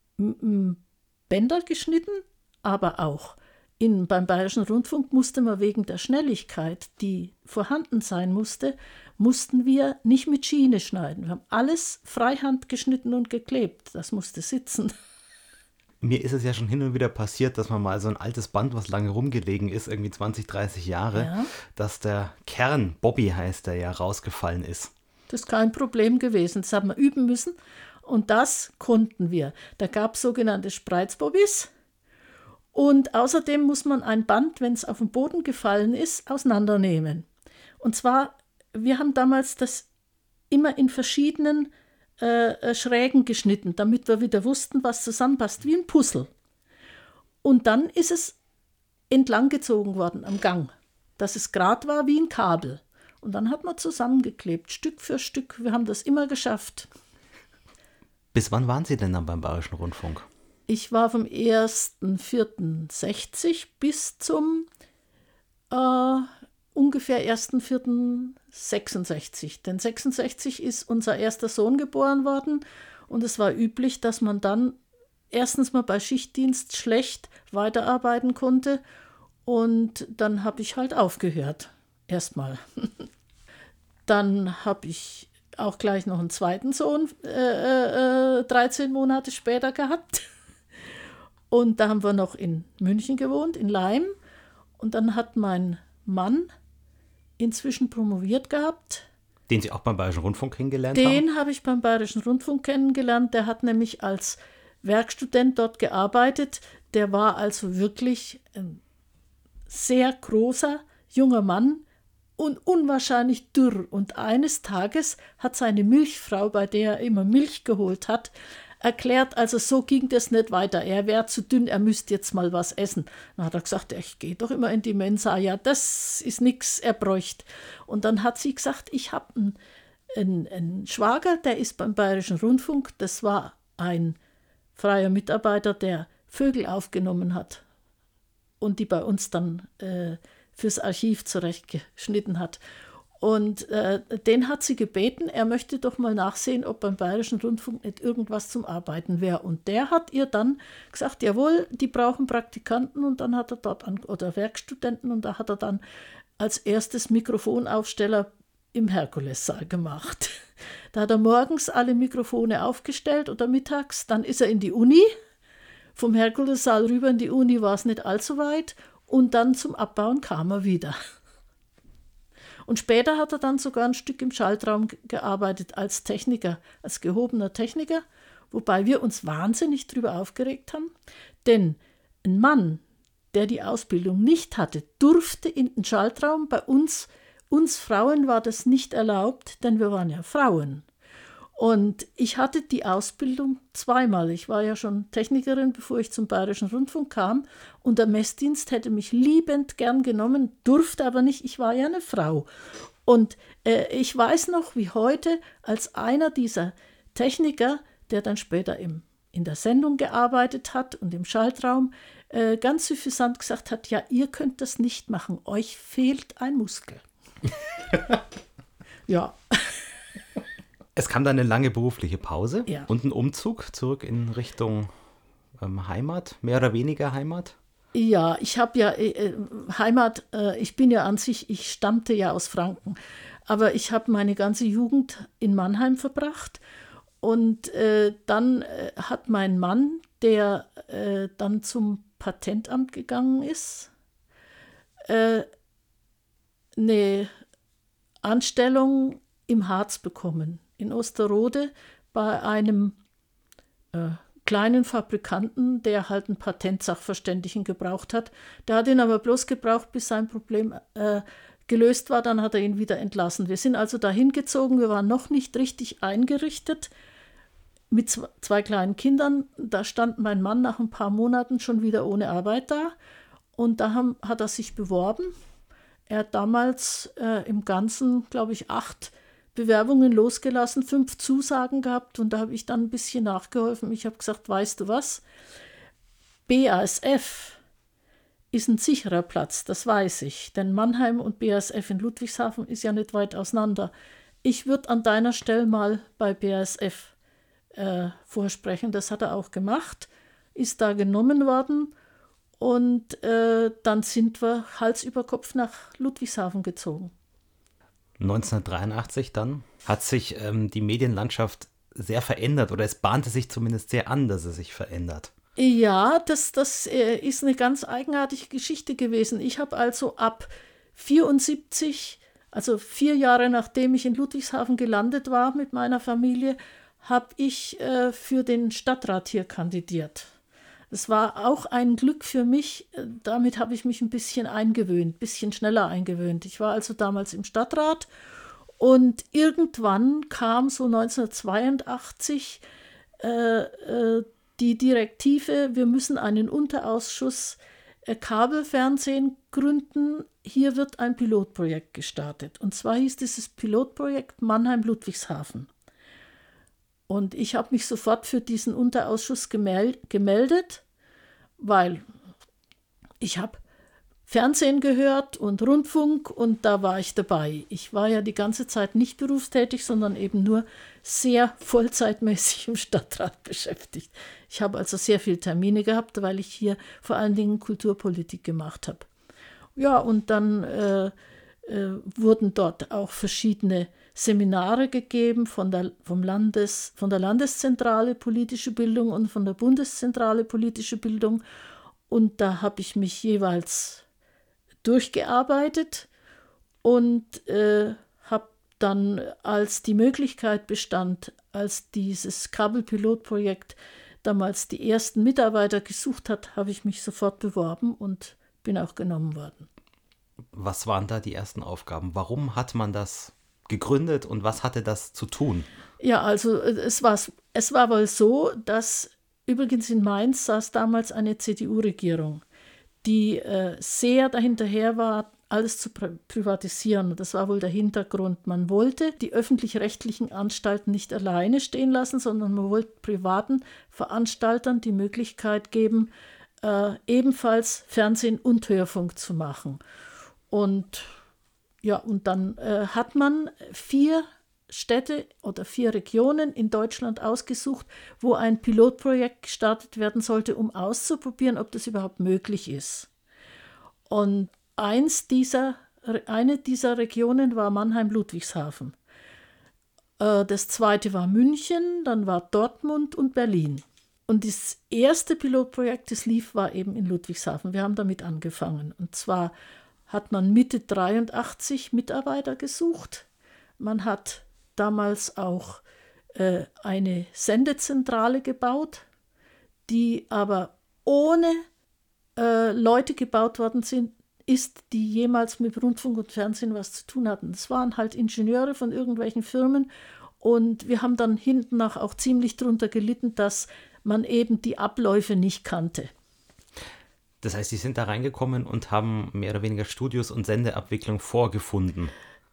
Bänder geschnitten, aber auch beim Bayerischen Rundfunk musste man wegen der Schnelligkeit, die vorhanden sein musste, mussten wir nicht mit Schiene schneiden. Wir haben alles freihand geschnitten und geklebt. Das musste sitzen. Mir ist es ja schon hin und wieder passiert, dass man mal so ein altes Band, was lange rumgelegen ist, irgendwie 20, 30 Jahre, ja, dass der Kern, Bobby heißt der ja, rausgefallen ist. Das ist kein Problem gewesen. Das haben wir üben müssen und das konnten wir. Da gab es sogenannte Spreizbobbys und außerdem muss man ein Band, wenn es auf den Boden gefallen ist, auseinandernehmen. Und zwar, wir haben damals das immer in verschiedenen Schrägen geschnitten, damit wir wieder wussten, was zusammenpasst, wie ein Puzzle. Und dann ist es entlang gezogen worden am Gang, dass es gerade war wie ein Kabel. Und dann hat man zusammengeklebt, Stück für Stück. Wir haben das immer geschafft. Bis wann waren Sie denn dann beim Bayerischen Rundfunk? Ich war vom 1.4.60 bis zum ungefähr 1.4.66. Denn 66 ist unser erster Sohn geboren worden und es war üblich, dass man dann erstens mal bei Schichtdienst schlecht weiterarbeiten konnte und dann habe ich halt aufgehört. Erstmal. Dann habe ich auch gleich noch einen zweiten Sohn 13 Monate später gehabt. Und da haben wir noch in München gewohnt, in Laim. Und dann hat mein Mann inzwischen promoviert gehabt. Den Sie auch beim Bayerischen Rundfunk kennengelernt haben? Den habe ich beim Bayerischen Rundfunk kennengelernt. Der hat nämlich als Werkstudent dort gearbeitet. Der war also wirklich ein sehr großer, junger Mann und unwahrscheinlich dürr. Und eines Tages hat seine Milchfrau, bei der er immer Milch geholt hat, erklärt, also so ging das nicht weiter. Er wäre zu dünn, er müsste jetzt mal was essen. Dann hat er gesagt, ich gehe doch immer in die Mensa. Ja, das ist nichts, er bräuchte. Und dann hat sie gesagt, ich habe einen Schwager, der ist beim Bayerischen Rundfunk. Das war ein freier Mitarbeiter, der Vögel aufgenommen hat und die bei uns dann fürs Archiv zurechtgeschnitten hat. Und den hat sie gebeten, er möchte doch mal nachsehen, ob beim Bayerischen Rundfunk nicht irgendwas zum Arbeiten wäre. Und der hat ihr dann gesagt, jawohl, die brauchen Praktikanten und dann hat er dort oder Werkstudenten und da hat er dann als erstes Mikrofonaufsteller im Herkulessaal gemacht. Da hat er morgens alle Mikrofone aufgestellt oder mittags, dann ist er in die Uni, vom Herkulessaal rüber in die Uni war es nicht allzu weit und dann zum Abbauen kam er wieder. Und später hat er dann sogar ein Stück im Schaltraum gearbeitet als Techniker, als gehobener Techniker, wobei wir uns wahnsinnig drüber aufgeregt haben. Denn ein Mann, der die Ausbildung nicht hatte, durfte in den Schaltraum. Bei uns Frauen war das nicht erlaubt, denn wir waren ja Frauen. Und ich hatte die Ausbildung zweimal. Ich war ja schon Technikerin, bevor ich zum Bayerischen Rundfunk kam. Und der Messdienst hätte mich liebend gern genommen, durfte aber nicht. Ich war ja eine Frau. Und ich weiß noch, wie heute, als einer dieser Techniker, der dann später in der Sendung gearbeitet hat und im Schaltraum, ganz suffisant gesagt hat, ja, ihr könnt das nicht machen, euch fehlt ein Muskel. Ja. Es kam dann eine lange berufliche Pause und ein Umzug zurück in Richtung Heimat, mehr oder weniger Heimat? Ja, ich habe ja Heimat, ich bin ja an sich, ich stammte ja aus Franken, aber ich habe meine ganze Jugend in Mannheim verbracht und dann hat mein Mann, der dann zum Patentamt gegangen ist, eine Anstellung im Harz bekommen, in Osterode bei einem kleinen Fabrikanten, der halt einen Patentsachverständigen gebraucht hat. Der hat ihn aber bloß gebraucht, bis sein Problem gelöst war, dann hat er ihn wieder entlassen. Wir sind also dahin gezogen, wir waren noch nicht richtig eingerichtet, mit zwei kleinen Kindern. Da stand mein Mann nach ein paar Monaten schon wieder ohne Arbeit da und da hat er sich beworben. Er hat damals im Ganzen, glaube ich, 8 Bewerbungen losgelassen, 5 Zusagen gehabt und da habe ich dann ein bisschen nachgeholfen. Ich habe gesagt, weißt du was, BASF ist ein sicherer Platz, das weiß ich, denn Mannheim und BASF in Ludwigshafen ist ja nicht weit auseinander. Ich würde an deiner Stelle mal bei BASF vorsprechen, das hat er auch gemacht, ist da genommen worden und dann sind wir Hals über Kopf nach Ludwigshafen gezogen. 1983 dann hat sich die Medienlandschaft sehr verändert oder es bahnte sich zumindest sehr an, dass es sich verändert. Ja, das ist eine ganz eigenartige Geschichte gewesen. Ich habe also ab 1974, also 4 Jahre nachdem ich in Ludwigshafen gelandet war mit meiner Familie, habe ich für den Stadtrat hier kandidiert. Es war auch ein Glück für mich, damit habe ich mich ein bisschen eingewöhnt, ein bisschen schneller eingewöhnt. Ich war also damals im Stadtrat und irgendwann kam so 1982 die Direktive, wir müssen einen Unterausschuss Kabelfernsehen gründen. Hier wird ein Pilotprojekt gestartet. Und zwar hieß dieses Pilotprojekt Mannheim-Ludwigshafen. Und ich habe mich sofort für diesen Unterausschuss gemeldet, weil ich habe Fernsehen gehört und Rundfunk und da war ich dabei. Ich war ja die ganze Zeit nicht berufstätig, sondern eben nur sehr vollzeitmäßig im Stadtrat beschäftigt. Ich habe also sehr viele Termine gehabt, weil ich hier vor allen Dingen Kulturpolitik gemacht habe. Ja, und dann wurden dort auch verschiedene Seminare gegeben von der Landeszentrale Politische Bildung und von der Bundeszentrale Politische Bildung. Und da habe ich mich jeweils durchgearbeitet und habe dann, als die Möglichkeit bestand, als dieses Kabelpilotprojekt damals die ersten Mitarbeiter gesucht hat, habe ich mich sofort beworben und bin auch genommen worden. Was waren da die ersten Aufgaben? Warum hat man das gegründet und was hatte das zu tun? Ja, also es war wohl so, dass übrigens in Mainz saß damals eine CDU-Regierung, die sehr dahinterher war, alles zu privatisieren. Das war wohl der Hintergrund. Man wollte die öffentlich-rechtlichen Anstalten nicht alleine stehen lassen, sondern man wollte privaten Veranstaltern die Möglichkeit geben, ebenfalls Fernsehen und Hörfunk zu machen. Und ja, und dann hat man 4 Städte oder 4 Regionen in Deutschland ausgesucht, wo ein Pilotprojekt gestartet werden sollte, um auszuprobieren, ob das überhaupt möglich ist. Und eine dieser Regionen war Mannheim-Ludwigshafen. Das zweite war München, dann war Dortmund und Berlin. Und das erste Pilotprojekt, das lief, war eben in Ludwigshafen. Wir haben damit angefangen. Und zwar hat man Mitte 1983 Mitarbeiter gesucht. Man hat damals auch eine Sendezentrale gebaut, die aber ohne Leute gebaut worden ist, die jemals mit Rundfunk und Fernsehen was zu tun hatten. Das waren halt Ingenieure von irgendwelchen Firmen und wir haben dann hinten nach auch ziemlich drunter gelitten, dass man eben die Abläufe nicht kannte. Das heißt, Sie sind da reingekommen und haben mehr oder weniger Studios und Sendeabwicklung vorgefunden.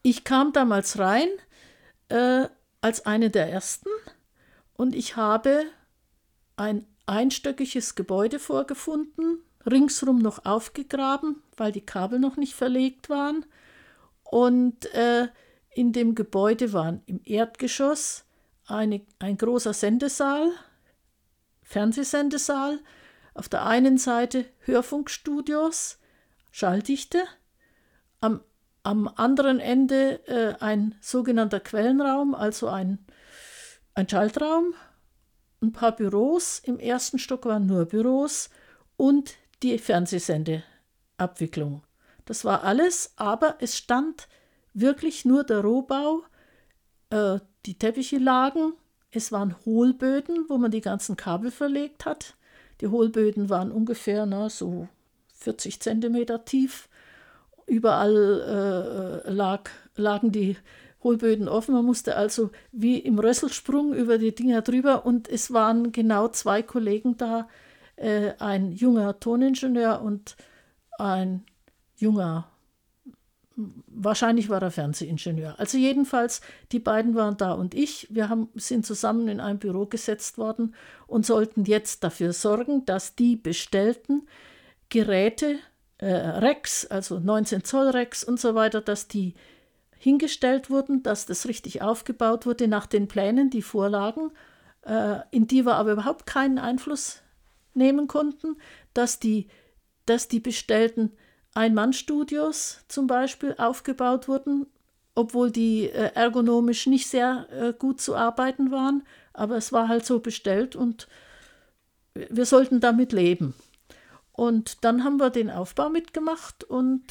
Ich kam damals rein als eine der ersten und ich habe ein einstöckiges Gebäude vorgefunden, ringsrum noch aufgegraben, weil die Kabel noch nicht verlegt waren. Und in dem Gebäude waren im Erdgeschoss ein großer Sendesaal, Fernsehsendesaal, auf der einen Seite Hörfunkstudios, Schalldichte, am anderen Ende ein sogenannter Quellenraum, also ein Schaltraum, ein paar Büros, im ersten Stock waren nur Büros und die Fernsehsendeabwicklung. Das war alles, aber es stand wirklich nur der Rohbau, die Teppiche lagen, es waren Hohlböden, wo man die ganzen Kabel verlegt hat. Die Hohlböden waren ungefähr so 40 Zentimeter tief. Überall lagen die Hohlböden offen. Man musste also wie im Rösselsprung über die Dinger drüber und es waren genau 2 Kollegen da, ein junger Toningenieur und ein junger, wahrscheinlich war er Fernsehingenieur. Also jedenfalls, die beiden waren da und ich. Wir sind zusammen in ein Büro gesetzt worden und sollten jetzt dafür sorgen, dass die bestellten Geräte, Racks, also 19 Zoll Racks und so weiter, dass die hingestellt wurden, dass das richtig aufgebaut wurde nach den Plänen, die vorlagen, in die wir aber überhaupt keinen Einfluss nehmen konnten, dass die bestellten Ein-Mann-Studios zum Beispiel aufgebaut wurden, obwohl die ergonomisch nicht sehr gut zu arbeiten waren, aber es war halt so bestellt und wir sollten damit leben. Und dann haben wir den Aufbau mitgemacht und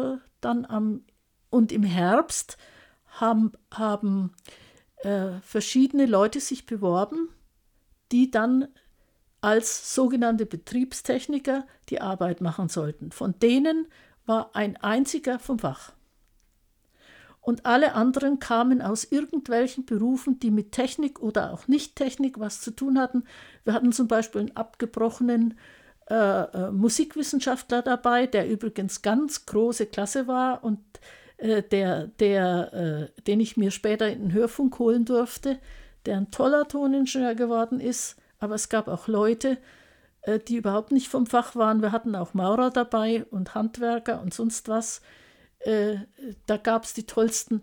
im Herbst haben verschiedene Leute sich beworben, die dann als sogenannte Betriebstechniker die Arbeit machen sollten. Von denen war ein einziger vom Fach. Und alle anderen kamen aus irgendwelchen Berufen, die mit Technik oder auch Nicht-Technik was zu tun hatten. Wir hatten zum Beispiel einen abgebrochenen Musikwissenschaftler dabei, der übrigens ganz große Klasse war und den ich mir später in den Hörfunk holen durfte, der ein toller Toningenieur geworden ist. Aber es gab auch Leute, die überhaupt nicht vom Fach waren. Wir hatten auch Maurer dabei und Handwerker und sonst was. Da gab es die tollsten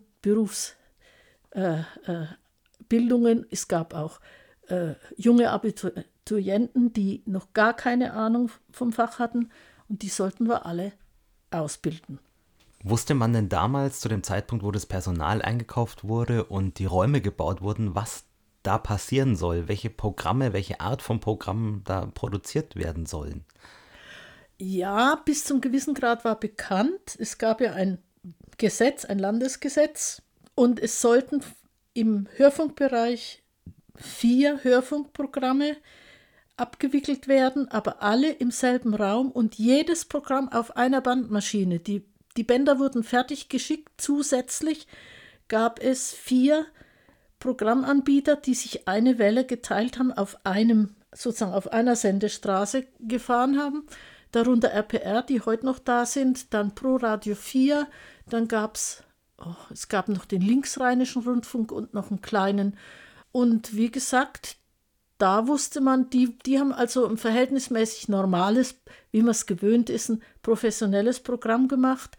Berufsbildungen. Es gab auch junge Abiturienten, die noch gar keine Ahnung vom Fach hatten. Und die sollten wir alle ausbilden. Wusste man denn damals, zu dem Zeitpunkt, wo das Personal eingekauft wurde und die Räume gebaut wurden, was da passieren soll, welche Programme, welche Art von Programmen da produziert werden sollen? Ja, bis zum gewissen Grad war bekannt. Es gab ja ein Gesetz, ein Landesgesetz, und es sollten im Hörfunkbereich 4 Hörfunkprogramme abgewickelt werden, aber alle im selben Raum und jedes Programm auf einer Bandmaschine. Die Bänder wurden fertig geschickt. Zusätzlich gab es 4 Programmanbieter, die sich eine Welle geteilt haben, auf einer Sendestraße gefahren haben. Darunter RPR, die heute noch da sind, dann Pro Radio 4, dann es gab noch den Linksrheinischen Rundfunk und noch einen kleinen. Und wie gesagt, da wusste man, die haben also ein verhältnismäßig normales, wie man es gewöhnt ist, ein professionelles Programm gemacht.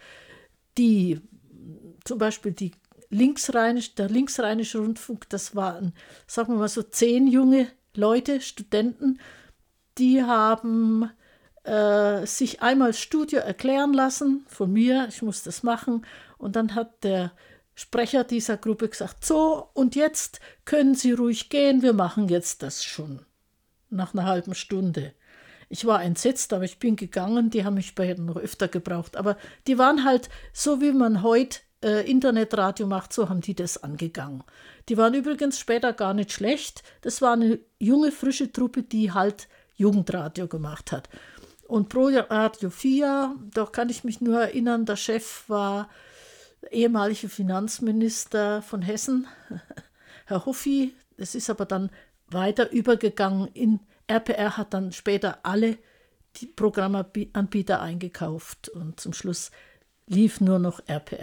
Zum Beispiel der Linksrheinische Rundfunk, das waren, sagen wir mal so 10 junge Leute, Studenten, die haben sich einmal das Studio erklären lassen von mir, ich muss das machen. Und dann hat der Sprecher dieser Gruppe gesagt, so, und jetzt können Sie ruhig gehen, wir machen jetzt das schon. Nach einer halben Stunde. Ich war entsetzt, aber ich bin gegangen, die haben mich später noch öfter gebraucht. Aber die waren halt, so wie man heute Internetradio macht, so haben die das angegangen. Die waren übrigens später gar nicht schlecht. Das war eine junge, frische Truppe, die halt Jugendradio gemacht hat. Und Pro Radio 4, da kann ich mich nur erinnern, der Chef war ehemaliger Finanzminister von Hessen, Herr Hoffi. Das ist aber dann weiter übergegangen. In RPR hat dann später alle die Programmanbieter eingekauft und zum Schluss lief nur noch RPR.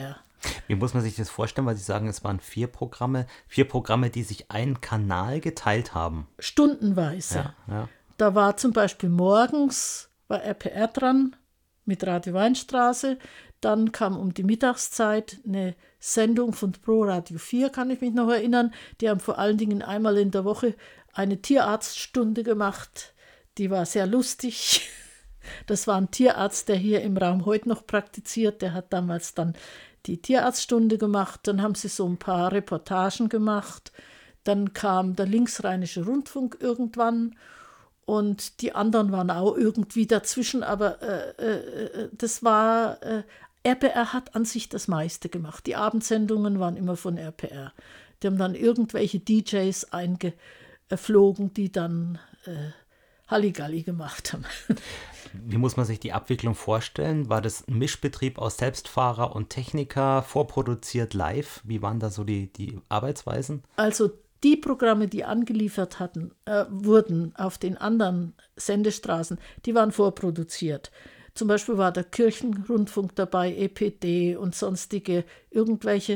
Wie muss man sich das vorstellen, weil Sie sagen, es waren 4 Programme, die sich einen Kanal geteilt haben? Stundenweise. Ja, ja. Da war zum Beispiel morgens war RPR dran mit Radio Weinstraße. Dann kam um die Mittagszeit eine Sendung von Pro Radio 4, kann ich mich noch erinnern. Die haben vor allen Dingen einmal in der Woche eine Tierarztstunde gemacht. Die war sehr lustig. Das war ein Tierarzt, der hier im Raum heute noch praktiziert. Der hat damals dann die Tierarztstunde gemacht. Dann haben sie so ein paar Reportagen gemacht. Dann kam der Linksrheinische Rundfunk irgendwann. Und die anderen waren auch irgendwie dazwischen. Aber das war... RPR hat an sich das meiste gemacht. Die Abendsendungen waren immer von RPR. Die haben dann irgendwelche DJs eingeflogen, die dann Halligalli gemacht haben. Wie muss man sich die Abwicklung vorstellen? War das ein Mischbetrieb aus Selbstfahrer und Techniker, vorproduziert live? Wie waren da so die Arbeitsweisen? Also die Programme, die angeliefert wurden auf den anderen Sendestraßen, die waren vorproduziert. Zum Beispiel war der Kirchenrundfunk dabei, EPD und sonstige irgendwelche.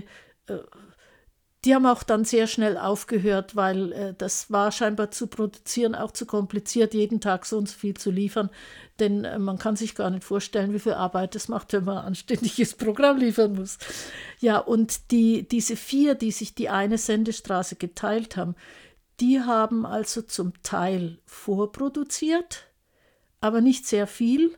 Die haben auch dann sehr schnell aufgehört, weil das war scheinbar zu produzieren auch zu kompliziert, jeden Tag so und so viel zu liefern. Denn man kann sich gar nicht vorstellen, wie viel Arbeit es macht, wenn man ein anständiges Programm liefern muss. Ja, und diese 4, die sich die eine Sendestraße geteilt haben, die haben also zum Teil vorproduziert, aber nicht sehr viel.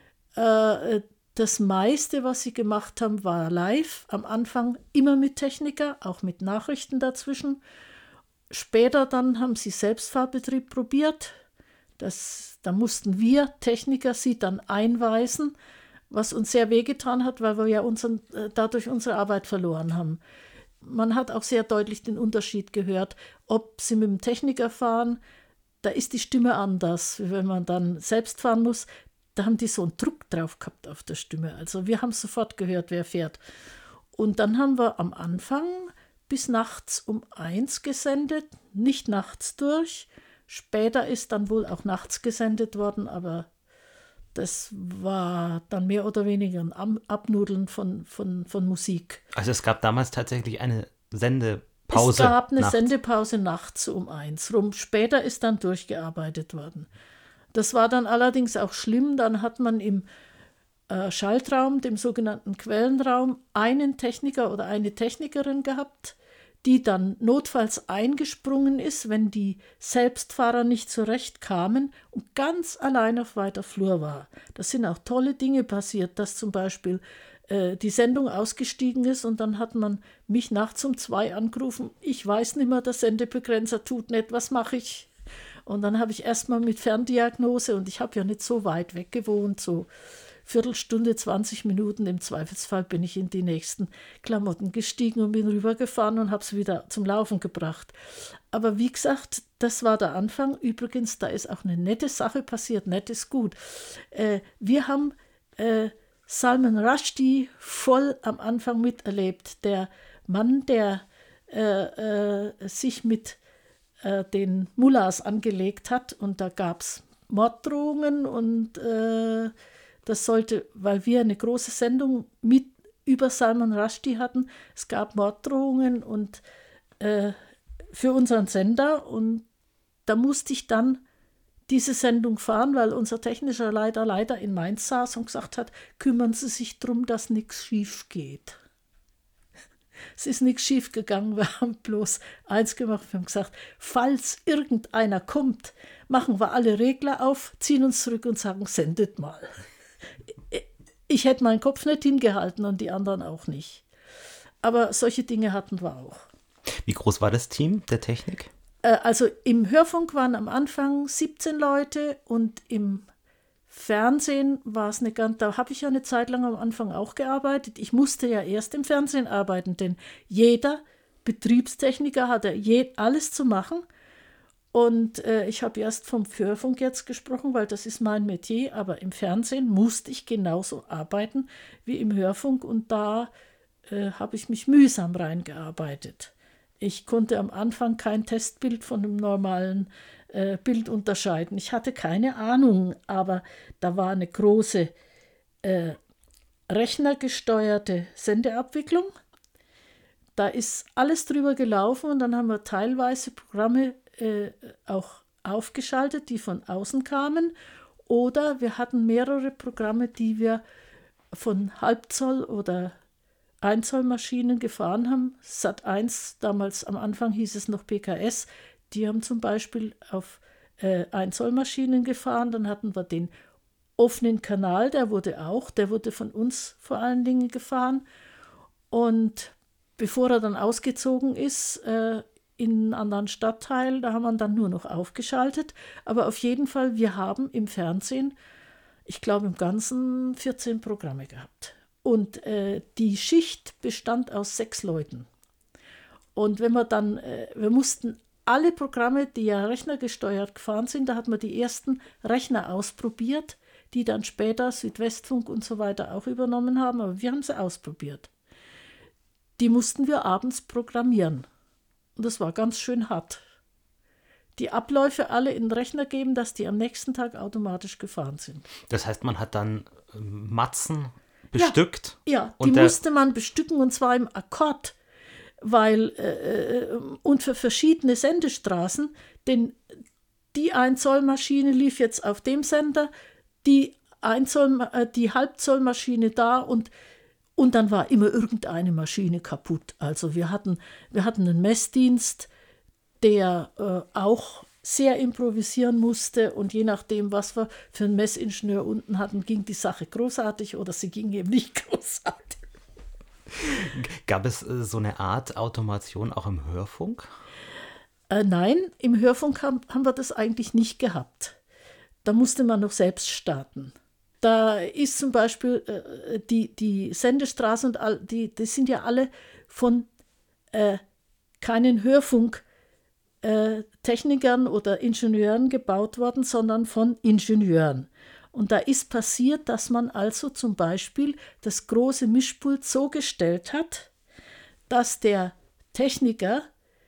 Das meiste, was sie gemacht haben, war live. Am Anfang immer mit Techniker, auch mit Nachrichten dazwischen. Später dann haben sie Selbstfahrbetrieb probiert. Da mussten wir Techniker sie dann einweisen, was uns sehr wehgetan hat, weil wir ja dadurch unsere Arbeit verloren haben. Man hat auch sehr deutlich den Unterschied gehört, ob sie mit dem Techniker fahren, da ist die Stimme anders, wenn man dann selbst fahren muss. Da haben die so einen Druck drauf gehabt auf der Stimme. Also wir haben sofort gehört, wer fährt. Und dann haben wir am Anfang bis nachts um 1 gesendet, nicht nachts durch. Später ist dann wohl auch nachts gesendet worden, aber das war dann mehr oder weniger ein Abnudeln von Musik. Also es gab damals tatsächlich eine Sendepause. Es gab eine nachts. Sendepause nachts um 1 rum. Später ist dann durchgearbeitet worden. Das war dann allerdings auch schlimm. Dann hat man im Schaltraum, dem sogenannten Quellenraum, einen Techniker oder eine Technikerin gehabt, die dann notfalls eingesprungen ist, wenn die Selbstfahrer nicht zurechtkamen und ganz allein auf weiter Flur war. Da sind auch tolle Dinge passiert, dass zum Beispiel die Sendung ausgestiegen ist und dann hat man mich nachts um 2 angerufen. Ich weiß nicht mehr, der Sendebegrenzer tut nicht, was mache ich? Und dann habe ich erstmal mit Ferndiagnose, und ich habe ja nicht so weit weg gewohnt, so Viertelstunde, 20 Minuten, im Zweifelsfall bin ich in die nächsten Klamotten gestiegen und bin rübergefahren und habe es wieder zum Laufen gebracht. Aber wie gesagt, das war der Anfang. Übrigens, da ist auch eine nette Sache passiert, nett ist gut. Wir haben Salman Rushdie voll am Anfang miterlebt. Der Mann, der sich mit den Mullahs angelegt hat, und da gab es Morddrohungen und das sollte, weil wir eine große Sendung über Salman Rushdie hatten, es gab Morddrohungen und für unseren Sender, und da musste ich dann diese Sendung fahren, weil unser technischer Leiter leider in Mainz saß und gesagt hat, kümmern Sie sich darum, dass nichts schief geht. Es ist nichts schief gegangen, wir haben bloß eins gemacht, wir haben gesagt, falls irgendeiner kommt, machen wir alle Regler auf, ziehen uns zurück und sagen, sendet mal. Ich hätte meinen Kopf nicht hingehalten und die anderen auch nicht. Aber solche Dinge hatten wir auch. Wie groß war das Team der Technik? Also im Hörfunk waren am Anfang 17 Leute und im Fernsehen war es da habe ich ja eine Zeit lang am Anfang auch gearbeitet. Ich musste ja erst im Fernsehen arbeiten, denn jeder Betriebstechniker hatte alles zu machen. Und ich habe erst vom Hörfunk jetzt gesprochen, weil das ist mein Metier, aber im Fernsehen musste ich genauso arbeiten wie im Hörfunk, und da habe ich mich mühsam reingearbeitet. Ich konnte am Anfang kein Testbild von einem normalen Bild unterscheiden. Ich hatte keine Ahnung, aber da war eine große rechnergesteuerte Sendeabwicklung. Da ist alles drüber gelaufen und dann haben wir teilweise Programme auch aufgeschaltet, die von außen kamen. Oder wir hatten mehrere Programme, die wir von Halbzoll- oder Einzollmaschinen gefahren haben. Sat.1, damals am Anfang hieß es noch PKS, die haben zum Beispiel auf Einzollmaschinen gefahren. Dann hatten wir den offenen Kanal, der wurde von uns vor allen Dingen gefahren. Und bevor er dann ausgezogen ist in einen anderen Stadtteil, da haben wir dann nur noch aufgeschaltet. Aber auf jeden Fall, wir haben im Fernsehen, ich glaube im Ganzen 14 Programme gehabt. Und die Schicht bestand aus 6 Leuten. Und wenn wir dann, wir mussten alle Programme, die ja rechnergesteuert gefahren sind, da hat man die ersten Rechner ausprobiert, die dann später Südwestfunk und so weiter auch übernommen haben, aber wir haben sie ausprobiert. Die mussten wir abends programmieren. Und das war ganz schön hart. Die Abläufe alle in den Rechner geben, dass die am nächsten Tag automatisch gefahren sind. Das heißt, man hat dann Matzen bestückt? Ja, die musste man bestücken und zwar im Akkord, weil und für verschiedene Sendestraßen, denn die Einzollmaschine lief jetzt auf dem Sender, die Halbzollmaschine da und dann war immer irgendeine Maschine kaputt. Also wir hatten einen Messdienst, der auch sehr improvisieren musste und je nachdem, was wir für einen Messingenieur unten hatten, ging die Sache großartig oder sie ging eben nicht großartig. Gab es so eine Art Automation auch im Hörfunk? Nein, im Hörfunk haben wir das eigentlich nicht gehabt. Da musste man noch selbst starten. Da ist zum Beispiel die Sendestraßen und die sind ja alle von keinen Hörfunktechnikern oder Ingenieuren gebaut worden, sondern von Ingenieuren. Und da ist passiert, dass man also zum Beispiel das große Mischpult so gestellt hat, dass der Techniker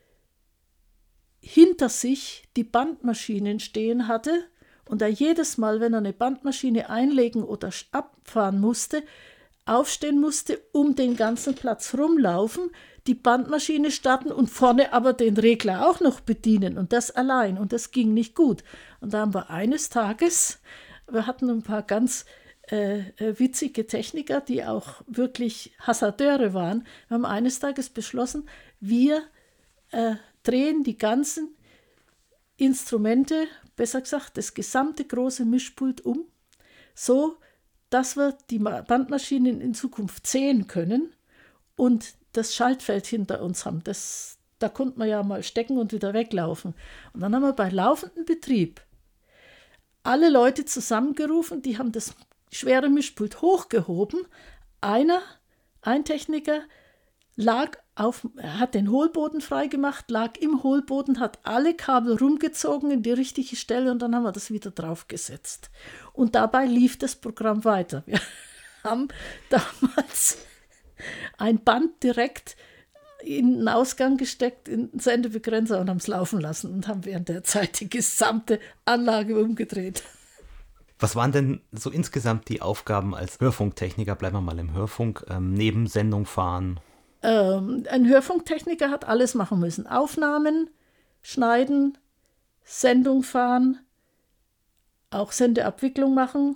hinter sich die Bandmaschinen stehen hatte und er jedes Mal, wenn er eine Bandmaschine einlegen oder abfahren musste, aufstehen musste, um den ganzen Platz rumlaufen, die Bandmaschine starten und vorne aber den Regler auch noch bedienen und das allein. Und das ging nicht gut. Und da haben wir eines Tages, wir hatten ein paar ganz witzige Techniker, die auch wirklich Hasardeure waren, wir haben eines Tages beschlossen, wir drehen die ganzen Instrumente, besser gesagt das gesamte große Mischpult um, so dass wir die Bandmaschinen in Zukunft sehen können und das Schaltfeld hinter uns haben. Da konnte man ja mal stecken und wieder weglaufen. Und dann haben wir bei laufendem Betrieb alle Leute zusammengerufen, die haben das schwere Mischpult hochgehoben. Ein Techniker hat den Hohlboden freigemacht, lag im Hohlboden, hat alle Kabel rumgezogen in die richtige Stelle und dann haben wir das wieder draufgesetzt. Und dabei lief das Programm weiter. Wir haben damals ein Band direkt in den Ausgang gesteckt, in den Sendebegrenzer und haben es laufen lassen und haben während der Zeit die gesamte Anlage umgedreht. Was waren denn so insgesamt die Aufgaben als Hörfunktechniker? Bleiben wir mal im Hörfunk, neben Sendung fahren. Ein Hörfunktechniker hat alles machen müssen. Aufnahmen, schneiden, Sendung fahren, auch Sendeabwicklung machen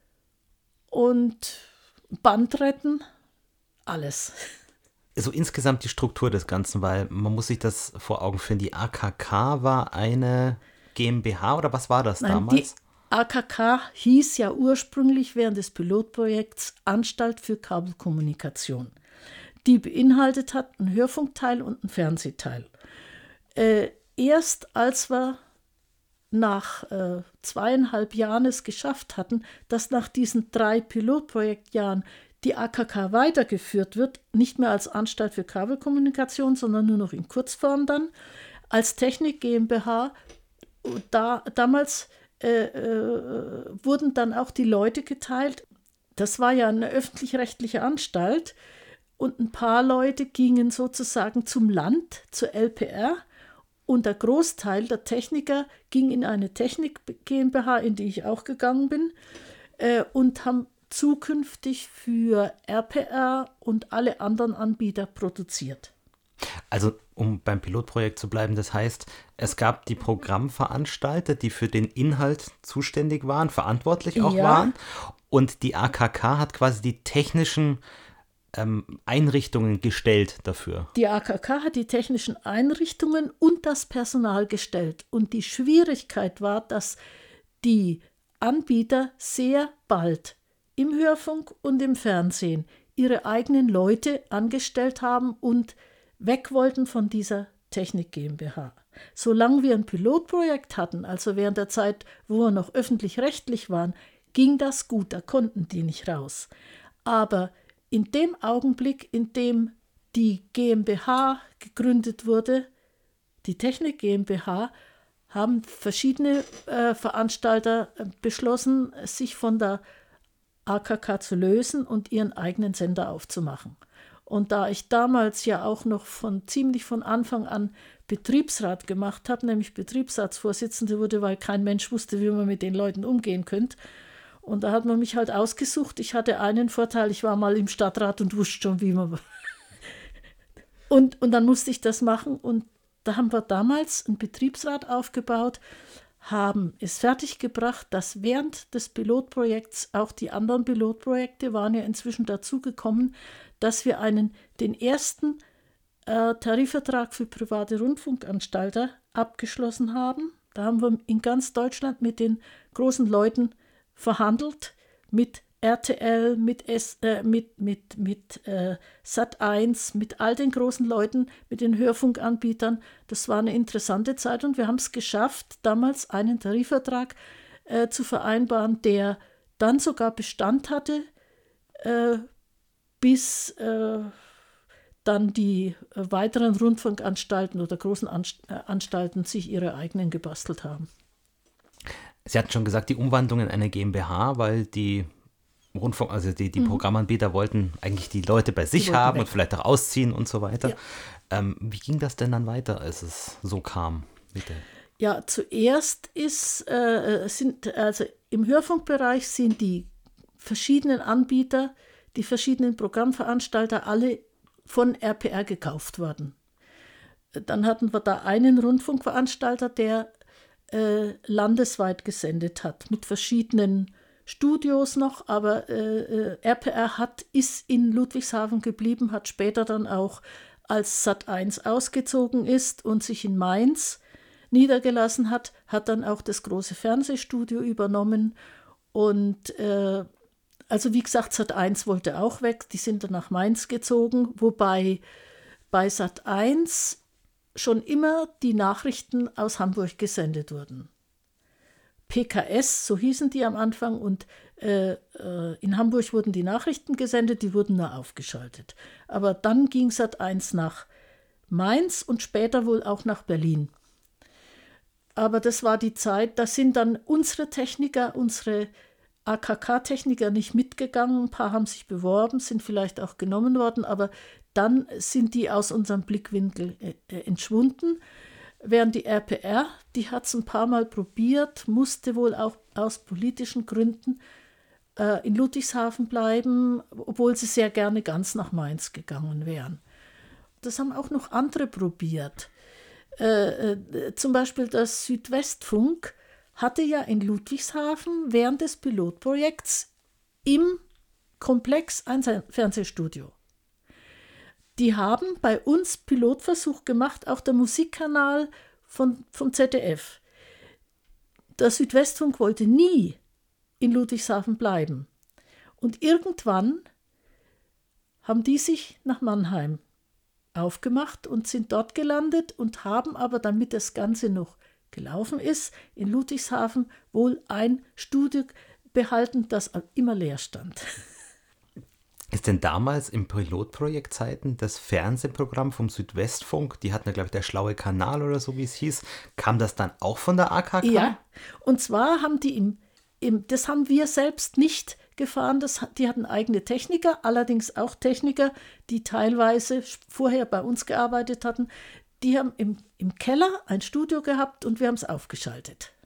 und Band retten, alles. So insgesamt die Struktur des Ganzen, weil man muss sich das vor Augen führen. Die AKK war eine GmbH oder was war das damals? Die AKK hieß ja ursprünglich während des Pilotprojekts Anstalt für Kabelkommunikation. Die beinhaltet hat einen Hörfunkteil und einen Fernsehteil. Erst als wir nach 2,5 Jahren es geschafft hatten, dass nach diesen 3 Pilotprojektjahren die AKK weitergeführt wird, nicht mehr als Anstalt für Kabelkommunikation, sondern nur noch in Kurzform dann, als Technik GmbH. Damals wurden dann auch die Leute geteilt. Das war ja eine öffentlich-rechtliche Anstalt und ein paar Leute gingen sozusagen zum Land, zur LPR und der Großteil der Techniker ging in eine Technik GmbH, in die ich auch gegangen bin und haben zukünftig für RPR und alle anderen Anbieter produziert. Also, um beim Pilotprojekt zu bleiben, das heißt, es gab die Programmveranstalter, die für den Inhalt zuständig waren, verantwortlich auch waren. Und die AKK hat quasi die technischen Einrichtungen gestellt dafür. Die AKK hat die technischen Einrichtungen und das Personal gestellt. Und die Schwierigkeit war, dass die Anbieter sehr bald im Hörfunk und im Fernsehen ihre eigenen Leute angestellt haben und weg wollten von dieser Technik GmbH. Solange wir ein Pilotprojekt hatten, also während der Zeit, wo wir noch öffentlich-rechtlich waren, ging das gut, da konnten die nicht raus. Aber in dem Augenblick, in dem die GmbH gegründet wurde, die Technik GmbH, haben verschiedene Veranstalter beschlossen, sich von der AKK zu lösen und ihren eigenen Sender aufzumachen. Und da ich damals ja auch noch ziemlich von Anfang an Betriebsrat gemacht habe, nämlich Betriebsratsvorsitzende wurde, weil kein Mensch wusste, wie man mit den Leuten umgehen könnte. Und da hat man mich halt ausgesucht. Ich hatte einen Vorteil, ich war mal im Stadtrat und wusste schon, wie man... und dann musste ich das machen. Und da haben wir damals einen Betriebsrat aufgebaut, haben es fertiggebracht, dass während des Pilotprojekts, auch die anderen Pilotprojekte waren ja inzwischen dazugekommen, dass wir den ersten Tarifvertrag für private Rundfunkanstalter abgeschlossen haben. Da haben wir in ganz Deutschland mit den großen Leuten verhandelt, mit RTL, mit Sat.1, mit all den großen Leuten, mit den Hörfunkanbietern. Das war eine interessante Zeit und wir haben es geschafft, damals einen Tarifvertrag zu vereinbaren, der dann sogar Bestand hatte, bis dann die weiteren Rundfunkanstalten oder großen Anstalten sich ihre eigenen gebastelt haben. Sie hatten schon gesagt, die Umwandlung in eine GmbH, weil die die Programmanbieter wollten eigentlich die Leute bei sich haben und vielleicht auch ausziehen und so weiter. Ja. Wie ging das denn dann weiter, als es so kam? Bitte. Ja, zuerst im Hörfunkbereich sind die verschiedenen Anbieter, die verschiedenen Programmveranstalter alle von RPR gekauft worden. Dann hatten wir da einen Rundfunkveranstalter, der landesweit gesendet hat, mit verschiedenen Studios noch, aber RPR ist in Ludwigshafen geblieben, hat später dann auch, als Sat.1 ausgezogen ist und sich in Mainz niedergelassen hat dann auch das große Fernsehstudio übernommen und also wie gesagt, Sat.1 wollte auch weg, die sind dann nach Mainz gezogen, wobei bei Sat.1 schon immer die Nachrichten aus Hamburg gesendet wurden. PKS, so hießen die am Anfang, und in Hamburg wurden die Nachrichten gesendet, die wurden nur aufgeschaltet. Aber dann ging Sat.1 nach Mainz und später wohl auch nach Berlin. Aber das war die Zeit, da sind dann unsere Techniker, unsere AKK-Techniker nicht mitgegangen. Ein paar haben sich beworben, sind vielleicht auch genommen worden, aber dann sind die aus unserem Blickwinkel entschwunden. Während die RPR, die hat es ein paar Mal probiert, musste wohl auch aus politischen Gründen in Ludwigshafen bleiben, obwohl sie sehr gerne ganz nach Mainz gegangen wären. Das haben auch noch andere probiert. Zum Beispiel das Südwestfunk hatte ja in Ludwigshafen während des Pilotprojekts im Komplex ein Fernsehstudio. Die haben bei uns Pilotversuch gemacht, auch der Musikkanal vom ZDF. Der Südwestfunk wollte nie in Ludwigshafen bleiben. Und irgendwann haben die sich nach Mannheim aufgemacht und sind dort gelandet und haben aber, damit das Ganze noch gelaufen ist, in Ludwigshafen wohl ein Studio behalten, das immer leer stand. Ist denn damals im Pilotprojektzeiten das Fernsehprogramm vom Südwestfunk, die hatten ja, glaube ich, der schlaue Kanal oder so, wie es hieß, kam das dann auch von der AKK? Ja, und zwar haben die das haben wir selbst nicht gefahren, die hatten eigene Techniker, allerdings auch Techniker, die teilweise vorher bei uns gearbeitet hatten. Die haben im Keller ein Studio gehabt und wir haben es aufgeschaltet.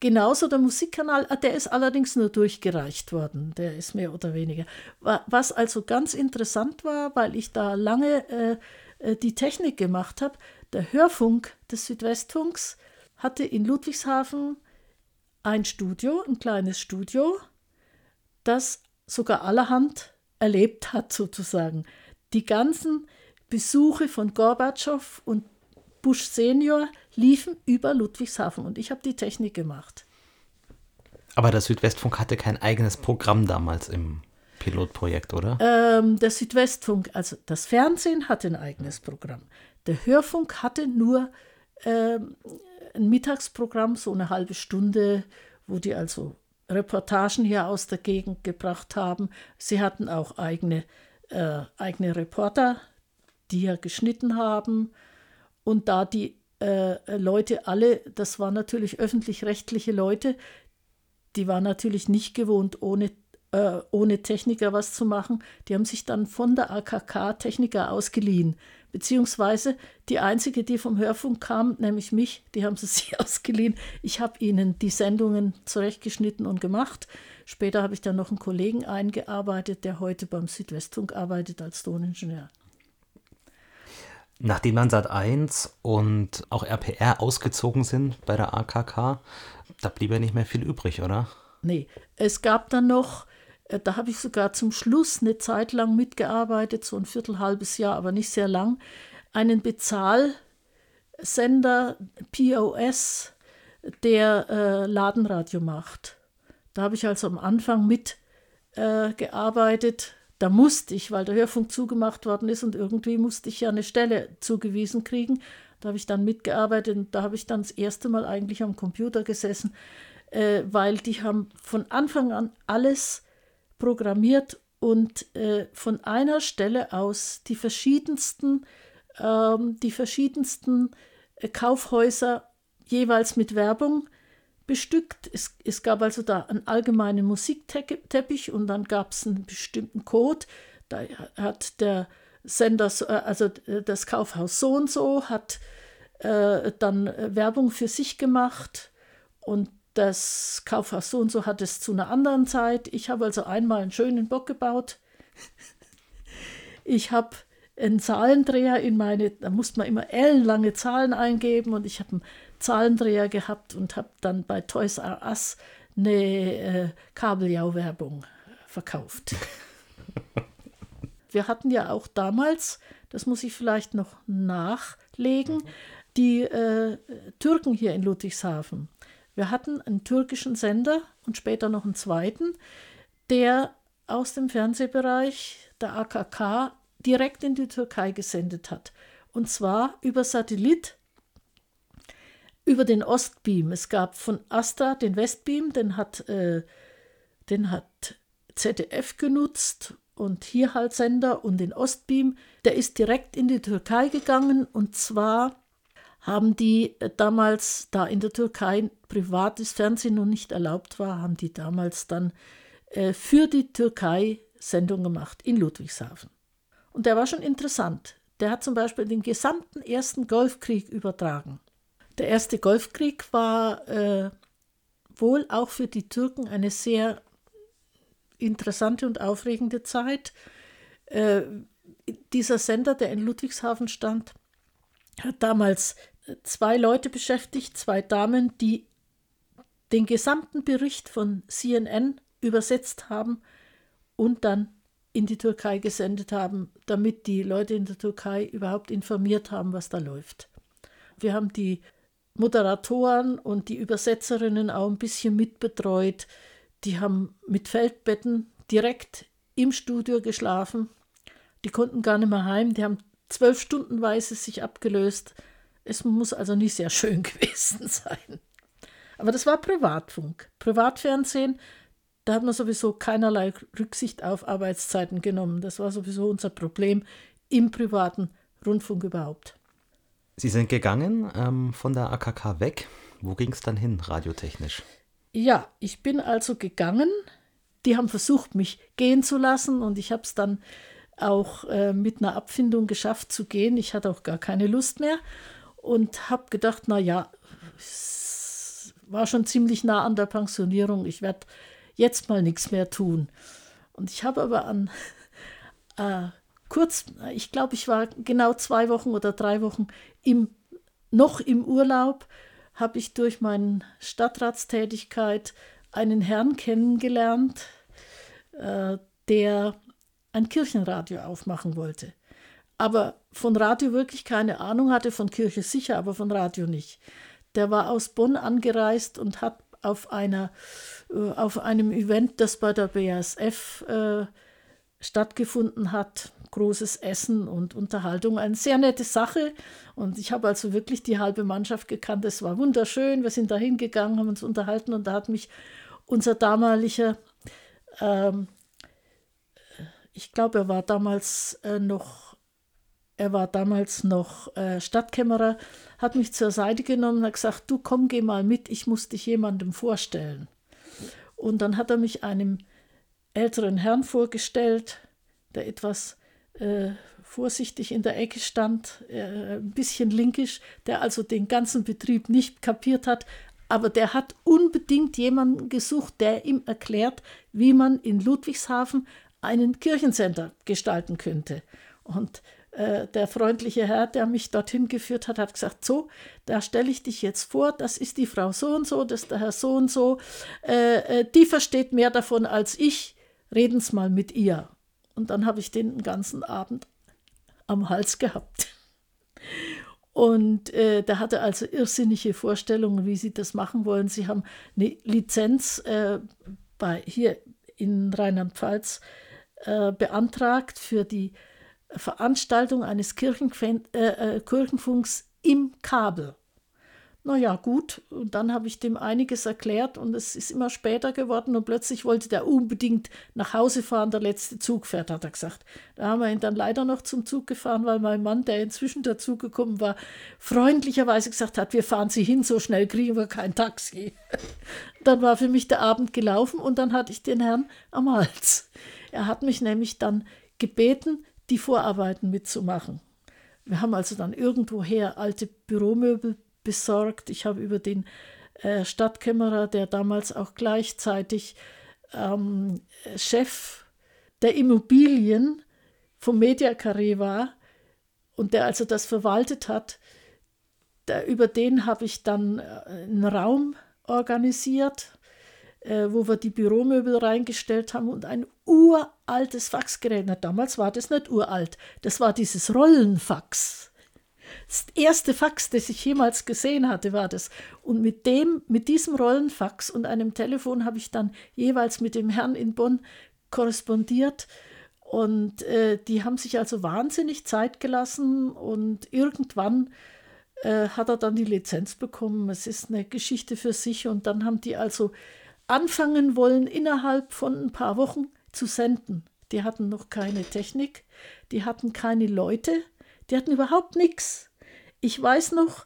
genauso der Musikkanal, der ist allerdings nur durchgereicht worden, der ist mehr oder weniger. Was also ganz interessant war, weil ich da lange die Technik gemacht habe, der Hörfunk des Südwestfunks hatte in Ludwigshafen ein Studio, ein kleines Studio, das sogar allerhand erlebt hat sozusagen. Die ganzen Besuche von Gorbatschow und Bush Senior liefen über Ludwigshafen und ich habe die Technik gemacht. Aber der Südwestfunk hatte kein eigenes Programm damals im Pilotprojekt, oder? Der Südwestfunk, also das Fernsehen hatte ein eigenes Programm. Der Hörfunk hatte nur ein Mittagsprogramm, so eine halbe Stunde, wo die also Reportagen hier aus der Gegend gebracht haben. Sie hatten auch eigene Reporter, die ja geschnitten haben. Und da die Leute alle, das waren natürlich öffentlich-rechtliche Leute, die waren natürlich nicht gewohnt, ohne Techniker was zu machen. Die haben sich dann von der AKK Techniker ausgeliehen. Beziehungsweise die einzige, die vom Hörfunk kam, nämlich mich, die haben sie sich ausgeliehen. Ich habe ihnen die Sendungen zurechtgeschnitten und gemacht. Später habe ich dann noch einen Kollegen eingearbeitet, der heute beim Südwestfunk arbeitet als Toningenieur. Nachdem dann Sat.1 und auch RPR ausgezogen sind bei der AKK, da blieb ja nicht mehr viel übrig, oder? Nee, es gab dann noch, da habe ich sogar zum Schluss eine Zeit lang mitgearbeitet, so ein halbes Jahr, aber nicht sehr lang, einen Bezahlsender, POS, der Ladenradio macht. Da habe ich also am Anfang mitgearbeitet. Da musste ich, weil der Hörfunk zugemacht worden ist und irgendwie musste ich ja eine Stelle zugewiesen kriegen. Da habe ich dann mitgearbeitet und da habe ich dann das erste Mal eigentlich am Computer gesessen, weil die haben von Anfang an alles programmiert und von einer Stelle aus die verschiedensten Kaufhäuser jeweils mit Werbung bestückt. Es gab also da einen allgemeinen Musikteppich und dann gab es einen bestimmten Code. Da hat der Sender, also das Kaufhaus so und so, hat dann Werbung für sich gemacht und das Kaufhaus so und so hat es zu einer anderen Zeit. Ich habe also einmal einen schönen Bock gebaut. Ich habe einen Zahlendreher da musste man immer ellenlange Zahlen eingeben und ich habe einen Zahlendreher gehabt und habe dann bei Toys R Us eine Kabeljau-Werbung verkauft. Wir hatten ja auch damals, das muss ich vielleicht noch nachlegen, die Türken hier in Ludwigshafen. Wir hatten einen türkischen Sender und später noch einen zweiten, der aus dem Fernsehbereich der AKK direkt in die Türkei gesendet hat. Und zwar über Satellit, über den Ostbeam. Es gab von Asta den Westbeam, den hat ZDF genutzt und hier halt Sender und den Ostbeam. Der ist direkt in die Türkei gegangen und zwar haben die damals, da in der Türkei privates Fernsehen noch nicht erlaubt war, haben die damals dann für die Türkei Sendung gemacht in Ludwigshafen. Und der war schon interessant. Der hat zum Beispiel den gesamten ersten Golfkrieg übertragen. Der erste Golfkrieg war wohl auch für die Türken eine sehr interessante und aufregende Zeit. Dieser Sender, der in Ludwigshafen stand, hat damals 2 Leute beschäftigt, 2 Damen, die den gesamten Bericht von CNN übersetzt haben und dann in die Türkei gesendet haben, damit die Leute in der Türkei überhaupt informiert haben, was da läuft. Wir haben die Moderatoren und die Übersetzerinnen auch ein bisschen mitbetreut. Die haben mit Feldbetten direkt im Studio geschlafen. Die konnten gar nicht mehr heim. Die haben 12-stundenweise sich abgelöst. Es muss also nicht sehr schön gewesen sein. Aber das war Privatfunk. Privatfernsehen, da hat man sowieso keinerlei Rücksicht auf Arbeitszeiten genommen. Das war sowieso unser Problem im privaten Rundfunk überhaupt. Sie sind gegangen von der AKK weg. Wo ging es dann hin, radiotechnisch? Ja, ich bin also gegangen. Die haben versucht, mich gehen zu lassen und ich habe es dann auch mit einer Abfindung geschafft zu gehen. Ich hatte auch gar keine Lust mehr und habe gedacht, war schon ziemlich nah an der Pensionierung. Ich werde jetzt mal nichts mehr tun. Und ich habe aber ich glaube, ich war genau 2 Wochen oder 3 Wochen noch im Urlaub, habe ich durch meine Stadtratstätigkeit einen Herrn kennengelernt, der ein Kirchenradio aufmachen wollte. Aber von Radio wirklich keine Ahnung hatte, von Kirche sicher, aber von Radio nicht. Der war aus Bonn angereist und hat auf einem Event, das bei der BASF stattgefunden hat, großes Essen und Unterhaltung, eine sehr nette Sache. Und ich habe also wirklich die halbe Mannschaft gekannt. Es war wunderschön. Wir sind da hingegangen, haben uns unterhalten und da hat mich unser damaliger, ich glaube, er war damals noch Stadtkämmerer, hat mich zur Seite genommen und hat gesagt, du komm, geh mal mit, ich muss dich jemandem vorstellen. Und dann hat er mich einem älteren Herrn vorgestellt, der etwas vorsichtig in der Ecke stand, ein bisschen linkisch, der also den ganzen Betrieb nicht kapiert hat, aber der hat unbedingt jemanden gesucht, der ihm erklärt, wie man in Ludwigshafen einen Kirchencenter gestalten könnte. Und der freundliche Herr, der mich dorthin geführt hat, hat gesagt, so, da stelle ich dich jetzt vor, das ist die Frau so und so, das ist der Herr so und so, die versteht mehr davon als ich, reden Sie mal mit ihr. Und dann habe ich den ganzen Abend am Hals gehabt. Und der hatte also irrsinnige Vorstellungen, wie sie das machen wollen. Sie haben eine Lizenz hier in Rheinland-Pfalz beantragt für die Veranstaltung eines Kirchenfunks im Kabel. Naja, gut, und dann habe ich dem einiges erklärt und es ist immer später geworden und plötzlich wollte der unbedingt nach Hause fahren, der letzte Zug fährt, hat er gesagt. Da haben wir ihn dann leider noch zum Zug gefahren, weil mein Mann, der inzwischen dazugekommen war, freundlicherweise gesagt hat, wir fahren Sie hin, so schnell kriegen wir kein Taxi. Dann war für mich der Abend gelaufen und dann hatte ich den Herrn am Hals. Er hat mich nämlich dann gebeten, die Vorarbeiten mitzumachen. Wir haben also dann irgendwoher alte Büromöbel besorgt. Ich habe über den Stadtkämmerer, der damals auch gleichzeitig Chef der Immobilien vom Mediacarré war und der also das verwaltet hat, über den habe ich dann einen Raum organisiert, wo wir die Büromöbel reingestellt haben und ein uraltes Faxgerät. Na, damals war das nicht uralt, das war dieses Rollenfax. Das erste Fax, das ich jemals gesehen hatte, war das. Und mit diesem Rollenfax und einem Telefon habe ich dann jeweils mit dem Herrn in Bonn korrespondiert. Und die haben sich also wahnsinnig Zeit gelassen und irgendwann hat er dann die Lizenz bekommen. Es ist eine Geschichte für sich und dann haben die also anfangen wollen, innerhalb von ein paar Wochen zu senden. Die hatten noch keine Technik, die hatten keine Leute, die hatten überhaupt nichts. Ich weiß noch,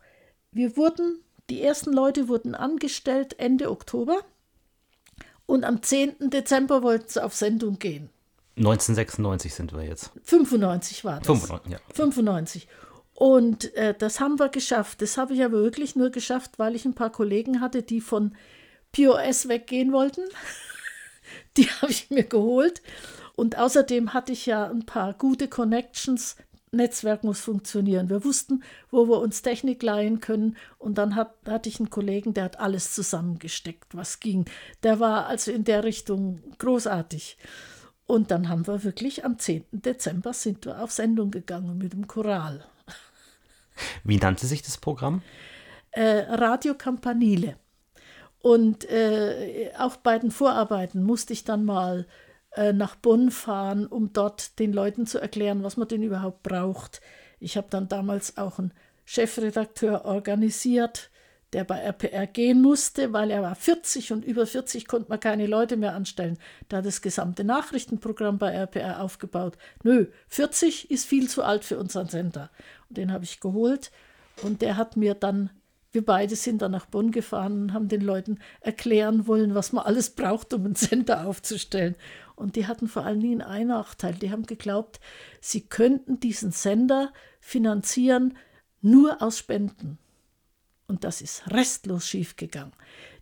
die ersten Leute wurden angestellt Ende Oktober und am 10. Dezember wollten sie auf Sendung gehen. 1996 sind wir jetzt. 95 war das. 95, ja. 95. Und das haben wir geschafft. Das habe ich aber wirklich nur geschafft, weil ich ein paar Kollegen hatte, die von POS weggehen wollten. Die habe ich mir geholt. Und außerdem hatte ich ja ein paar gute Connections. Netzwerk muss funktionieren. Wir wussten, wo wir uns Technik leihen können. Und dann hatte ich einen Kollegen, der hat alles zusammengesteckt, was ging. Der war also in der Richtung großartig. Und dann haben wir wirklich am 10. Dezember sind wir auf Sendung gegangen mit dem Choral. Wie nannte sich das Programm? Radio Campanile. Und auch bei den Vorarbeiten musste ich dann mal nach Bonn fahren, um dort den Leuten zu erklären, was man denn überhaupt braucht. Ich habe dann damals auch einen Chefredakteur organisiert, der bei RPR gehen musste, weil er war 40 und über 40 konnte man keine Leute mehr anstellen. Da hat das gesamte Nachrichtenprogramm bei RPR aufgebaut. 40 ist viel zu alt für unseren Sender. Und den habe ich geholt und der hat mir dann, wir beide sind dann nach Bonn gefahren und haben den Leuten erklären wollen, was man alles braucht, um einen Sender aufzustellen. Und die hatten vor allen Dingen einen Nachteil. Die haben geglaubt, sie könnten diesen Sender finanzieren nur aus Spenden. Und das ist restlos schiefgegangen.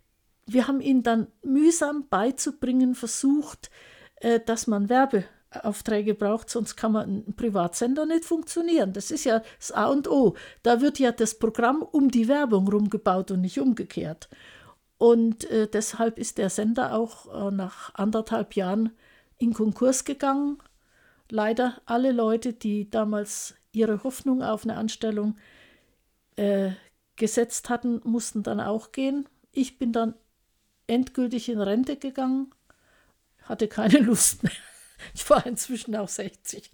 wir haben ihnen dann mühsam beizubringen versucht, dass man Werbeaufträge braucht, sonst kann man ein Privatsender nicht funktionieren. Das ist ja das A und O. Da wird ja das Programm um die Werbung rumgebaut und nicht umgekehrt. Und deshalb ist der Sender auch nach 1,5 Jahren in Konkurs gegangen. Leider alle Leute, die damals ihre Hoffnung auf eine Anstellung gesetzt hatten, mussten dann auch gehen. Ich bin dann endgültig in Rente gegangen, hatte keine Lust mehr. Ich war inzwischen auch 60.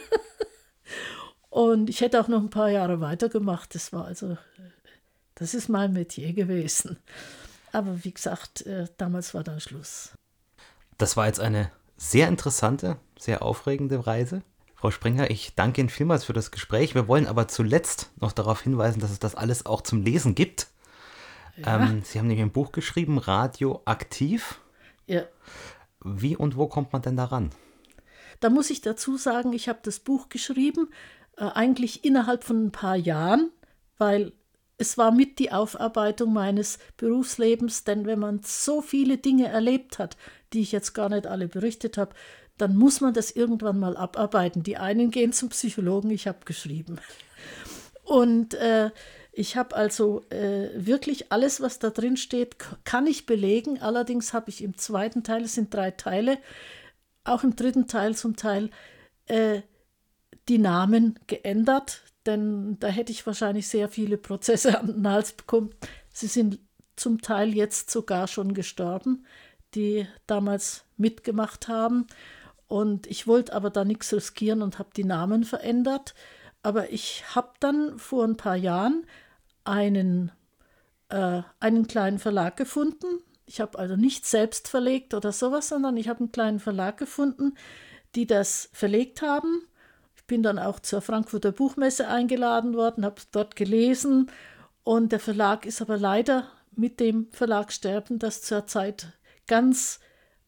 Und ich hätte auch noch ein paar Jahre weitergemacht. Das ist mein Metier gewesen. Aber wie gesagt, damals war dann Schluss. Das war jetzt eine sehr interessante, sehr aufregende Reise. Frau Springer, ich danke Ihnen vielmals für das Gespräch. Wir wollen aber zuletzt noch darauf hinweisen, dass es das alles auch zum Lesen gibt. Ja. Sie haben nämlich ein Buch geschrieben, Radioaktiv. Ja. Wie und wo kommt man denn daran? Da muss ich dazu sagen, ich habe das Buch geschrieben, eigentlich innerhalb von ein paar Jahren, weil es war mit die Aufarbeitung meines Berufslebens, denn wenn man so viele Dinge erlebt hat, die ich jetzt gar nicht alle berichtet habe, dann muss man das irgendwann mal abarbeiten. Die einen gehen zum Psychologen, ich habe geschrieben. Und ich habe also wirklich alles, was da drin steht, kann ich belegen. Allerdings habe ich im zweiten Teil, es sind 3 Teile, auch im dritten Teil zum Teil die Namen geändert, denn da hätte ich wahrscheinlich sehr viele Prozesse an den Hals bekommen. Sie sind zum Teil jetzt sogar schon gestorben, die damals mitgemacht haben. Und ich wollte aber da nichts riskieren und habe die Namen verändert. Aber ich habe dann vor ein paar Jahren einen kleinen Verlag gefunden. Ich habe also nicht selbst verlegt oder sowas, sondern ich habe einen kleinen Verlag gefunden, die das verlegt haben. Ich bin dann auch zur Frankfurter Buchmesse eingeladen worden, habe dort gelesen. Und der Verlag ist aber leider mit dem Verlagssterben, das zurzeit ganz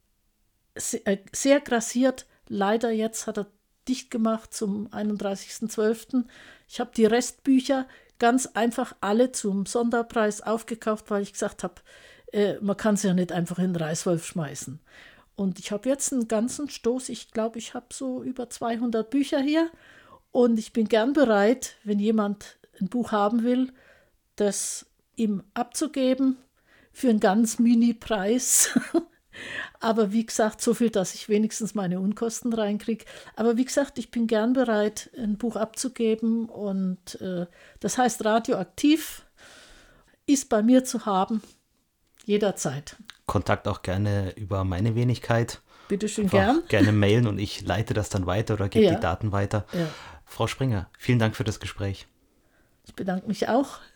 sehr grassiert, leider jetzt hat er dicht gemacht zum 31.12. Ich habe die Restbücher ganz einfach alle zum Sonderpreis aufgekauft, weil ich gesagt habe, man kann sie ja nicht einfach in den Reißwolf schmeißen. Und ich habe jetzt einen ganzen Stoß, ich glaube, ich habe so über 200 Bücher hier und ich bin gern bereit, wenn jemand ein Buch haben will, das ihm abzugeben für einen ganz Mini-Preis. Aber wie gesagt, so viel, dass ich wenigstens meine Unkosten reinkriege. Aber wie gesagt, ich bin gern bereit, ein Buch abzugeben. Und das heißt, Radioaktiv ist bei mir zu haben, jederzeit. Kontakt auch gerne über meine Wenigkeit. Bitte schön, gern. Gerne mailen und ich leite das dann weiter oder gebe die Daten weiter. Ja. Frau Springer, vielen Dank für das Gespräch. Ich bedanke mich auch.